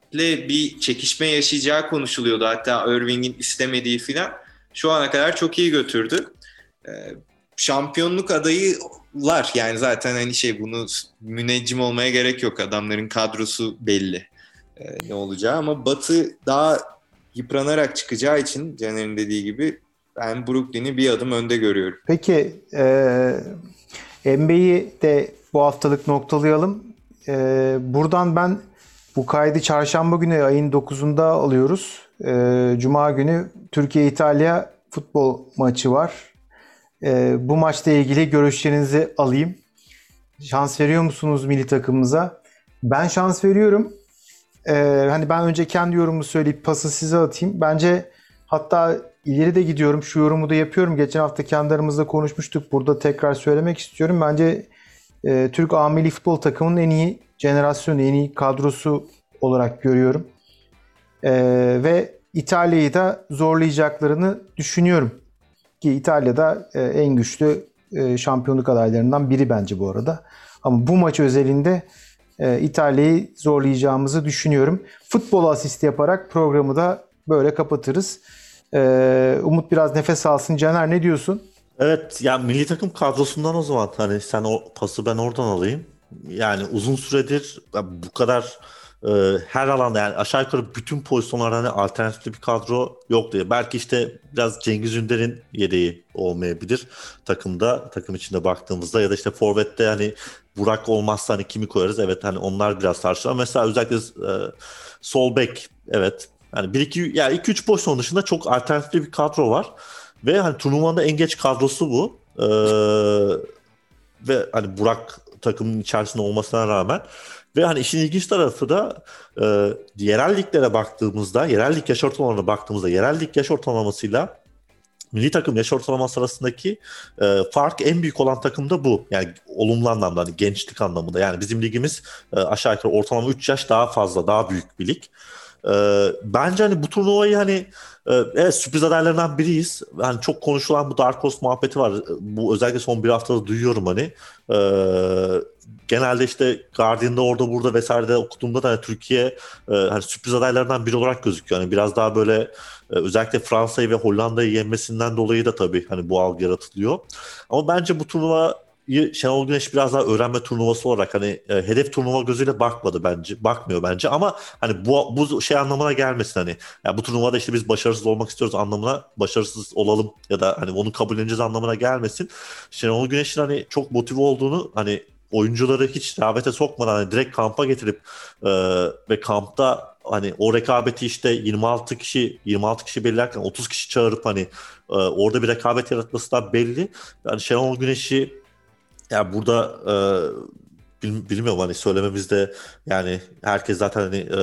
bir çekişme yaşayacağı konuşuluyordu. Hatta Irving'in istemediği filan. Şu ana kadar çok iyi götürdü. Ee, şampiyonluk adayılar yani zaten hani şey bunu müneccim olmaya gerek yok. Adamların kadrosu belli ee, ne olacağı ama Batı daha yıpranarak çıkacağı için Caner'in dediği gibi ben Brooklyn'i bir adım önde görüyorum. Peki e, N B A'yi de bu haftalık noktalayalım. E, buradan ben bu kaydı çarşamba günü ayın dokuzunda alıyoruz. E, Cuma günü Türkiye-İtalya futbol maçı var. E, bu maçla ilgili görüşlerinizi alayım. Şans veriyor musunuz milli takımımıza? Ben şans veriyorum. E, hani ben önce kendi yorumumu söyleyip pası size atayım. Bence hatta ileri de gidiyorum. Şu yorumu da yapıyorum. Geçen hafta kendi aramızda konuşmuştuk. Burada tekrar söylemek istiyorum. Bence e, Türk A milli futbol takımının en iyi jenerasyonu, en iyi kadrosu olarak görüyorum. E, ve İtalya'yı da zorlayacaklarını düşünüyorum. Ki İtalya'da e, en güçlü e, şampiyonluk adaylarından biri bence bu arada. Ama bu maç özelinde e, İtalya'yı zorlayacağımızı düşünüyorum. Futbol asisti yaparak programı da böyle kapatırız. Ee, Umut biraz nefes alsın. Caner ne diyorsun? Evet ya milli takım kadrosundan o zaman hani sen o pası ben oradan alayım. Yani uzun süredir bu kadar e, her alanda yani aşağı yukarı bütün pozisyonlarda hani alternatifli bir kadro yok diye. Belki işte biraz Cengiz Ünder'in yedeği olmayabilir takımda, takım içinde baktığımızda ya da işte forvette hani Burak olmazsa hani kimi koyarız? Evet hani onlar biraz tartışılır. Mesela özellikle e, sol bek evet. Yani bir iki yani iki üç pozisyon dışında çok alternatifli bir kadro var. Ve hani turnuvanın da en geç kadrosu bu. Ee, ve hani Burak takımın içerisinde olmasına rağmen ve hani işin ilginç tarafı da e, yerel liglere baktığımızda, yerel lig yaş ortalamalarına baktığımızda, yerel lig yaş ortalamasıyla milli takım yaş ortalaması arasındaki e, fark en büyük olan takım da bu. Yani olumlu anlamda, hani gençlik anlamında. Yani bizim ligimiz e, aşağı yukarı ortalama üç yaş daha fazla, daha büyük bir lig. Ee, bence hani bu turnuvayı hani e, evet sürpriz adaylarından biriyiz. Hani çok konuşulan bu Dark Horse muhabbeti var. Bu özellikle son bir haftada duyuyorum hani. Ee, genelde işte Guardian'da orada burada vesairede okuduğumda da hani Türkiye e, hani sürpriz adaylarından biri olarak gözüküyor. Yani biraz daha böyle e, özellikle Fransa'yı ve Hollanda'yı yenmesinden dolayı da tabii hani bu algı yaratılıyor. Ama bence bu turnuva Şenol Güneş biraz daha öğrenme turnuvası olarak hani e, hedef turnuva gözüyle bakmadı bence. Bakmıyor bence ama hani bu bu şey anlamına gelmesin hani ya bu turnuvada işte biz başarısız olmak istiyoruz anlamına başarısız olalım ya da hani onu kabulleneceğiz anlamına gelmesin. Şenol Güneş'in hani çok motive olduğunu hani oyuncuları hiç rehavete sokmadan hani direkt kampa getirip e, ve kampta hani o rekabeti işte yirmi altı kişi yirmi altı kişi belirlerken otuz kişi çağırıp hani e, orada bir rekabet yaratması da belli. Yani Şenol Güneş'i ya burada e, bil, bilmiyorum hani söylememizde yani herkes zaten hani e,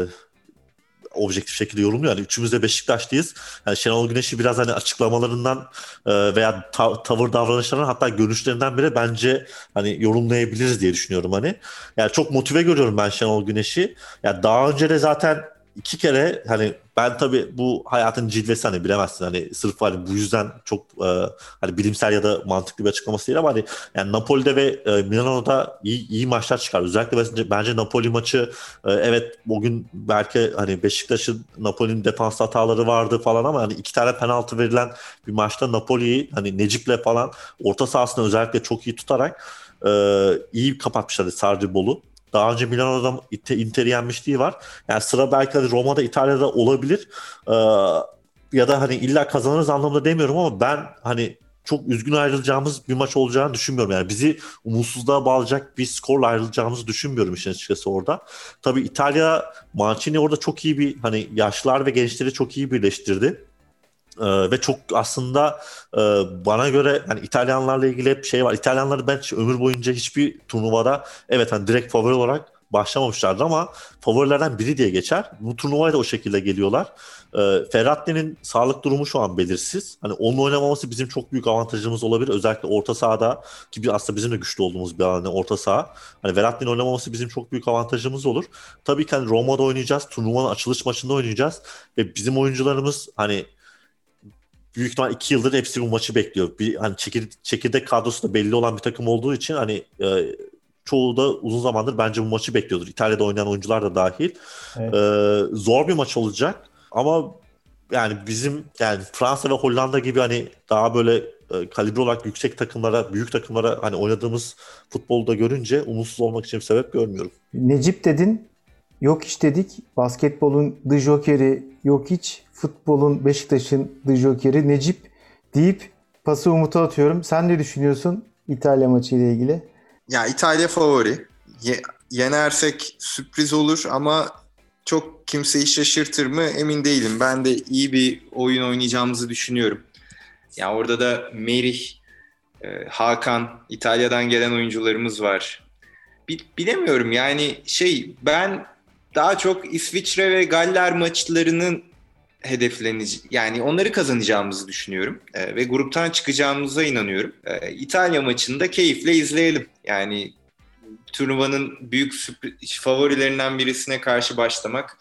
objektif şekilde yorumluyor. Yani üçümüz de Beşiktaşlıyız. Yani Şenol Güneş'i biraz hani açıklamalarından e, veya ta- tavır davranışlarından hatta görüşlerinden bile bence hani yorumlayabiliriz diye düşünüyorum hani. Yani çok motive görüyorum ben Şenol Güneş'i. Yani daha önce de zaten iki kere hani ben tabii bu hayatın cilvesi hani bilemezsin hani sırf hani bu yüzden çok e, hani bilimsel ya da mantıklı bir açıklaması değil ama hani yani Napoli'de ve e, Milano'da iyi, iyi maçlar çıkar. Özellikle bence, bence Napoli maçı e, evet bugün belki hani Beşiktaş'ın Napoli'nin defans hataları vardı falan ama hani iki tane penaltı verilen bir maçta Napoli'yi hani Necip'le falan orta sahasını özellikle çok iyi tutarak e, iyi kapatmışlardı Sarri Bolu. Daha önce Milano'da Inter'i yenmişliği var. Yani sıra belki hani Roma'da, İtalya'da olabilir. Ee, ya da hani illa kazanırız anlamında demiyorum ama ben hani çok üzgün ayrılacağımız bir maç olacağını düşünmüyorum. Yani bizi umutsuzluğa bağlayacak bir skorla ayrılacağımızı düşünmüyorum işin açıkçası orada. Tabii İtalya, Mancini orada çok iyi bir hani yaşlılar ve gençleri çok iyi birleştirdi. Ee, ve çok aslında e, bana göre hani İtalyanlarla ilgili hep şey var. İtalyanları ben ömür boyunca hiçbir turnuvada evet hani direkt favori olarak başlamamışlardı ama favorilerden biri diye geçer. Bu turnuvaya da o şekilde geliyorlar. E, Ferratti'nin sağlık durumu şu an belirsiz. Hani onun oynamaması bizim çok büyük avantajımız olabilir. Özellikle orta sahada ki aslında bizim de güçlü olduğumuz bir alan orta saha. Hani Ferratti'nin oynamaması bizim çok büyük avantajımız olur. Tabii ki hani Roma'da oynayacağız. Turnuvanın açılış maçında oynayacağız. Ve bizim oyuncularımız hani büyük ihtimal iki yıldır hepsi bu maçı bekliyor. Bir hani çekir, çekirdek kadrosu da belli olan bir takım olduğu için hani e, çoğu da uzun zamandır bence bu maçı bekliyordur. İtalya'da oynayan oyuncular da dahil. Evet. E, zor bir maç olacak ama yani bizim yani Fransa ve Hollanda gibi hani daha böyle e, kalibre olarak yüksek takımlara, büyük takımlara hani oynadığımız futbolda görünce umutsuz olmak için bir sebep görmüyorum. Necip dedin, yok iş dedik. Basketbolun The Joker'i yok hiç. Futbolun Beşiktaş'ın The Joker'i Necip deyip pası Umut'a atıyorum. Sen ne düşünüyorsun İtalya maçı ile ilgili? Ya İtalya favori. Ye- yenersek sürpriz olur ama çok kimseyi şaşırtır mı emin değilim. Ben de iyi bir oyun oynayacağımızı düşünüyorum. Ya orada da Merih, e, Hakan, İtalya'dan gelen oyuncularımız var. Bi- bilemiyorum yani şey ben daha çok İsviçre ve Galler maçlarının hedeflenici yani onları kazanacağımızı düşünüyorum E, ve gruptan çıkacağımıza inanıyorum. E, İtalya maçını da keyifle izleyelim. Yani turnuvanın büyük sürpriz, favorilerinden birisine karşı başlamak.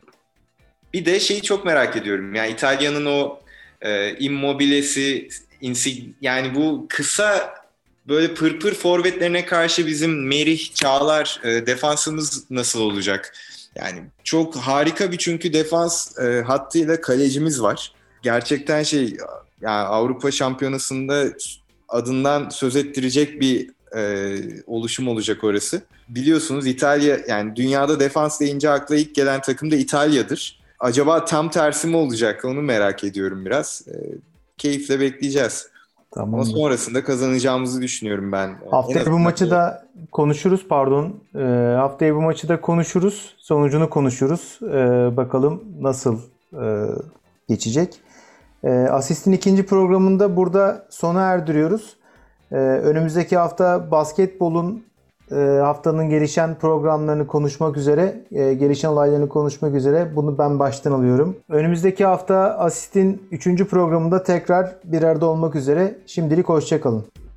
Bir de şeyi çok merak ediyorum. Yani İtalya'nın o e, Immobile'si, Insig- yani bu kısa böyle pırpır forvetlerine karşı bizim Merih, Çağlar e, defansımız nasıl olacak? Yani çok harika bir çünkü defans e, hattıyla kalecimiz var. Gerçekten şey yani Avrupa Şampiyonası'nda adından söz ettirecek bir e, oluşum olacak orası. Biliyorsunuz İtalya yani dünyada defans deyince akla ilk gelen takım da İtalya'dır. Acaba tam tersi mi olacak onu merak ediyorum biraz. E, keyifle bekleyeceğiz. Tamam. Ama sonrasında kazanacağımızı düşünüyorum ben. Haftaya bu maçı da konuşuruz pardon. Ee, haftaya bu maçı da konuşuruz. Sonucunu konuşuruz. Ee, bakalım nasıl e, geçecek. Ee, Asist'in ikinci programında burada sona erdiriyoruz. Ee, önümüzdeki hafta basketbolun e, haftanın gelişen programlarını konuşmak üzere, e, gelişen olaylarını konuşmak üzere bunu ben baştan alıyorum. Önümüzdeki hafta Asist'in üçüncü programında tekrar bir arada olmak üzere. Şimdilik hoşça kalın.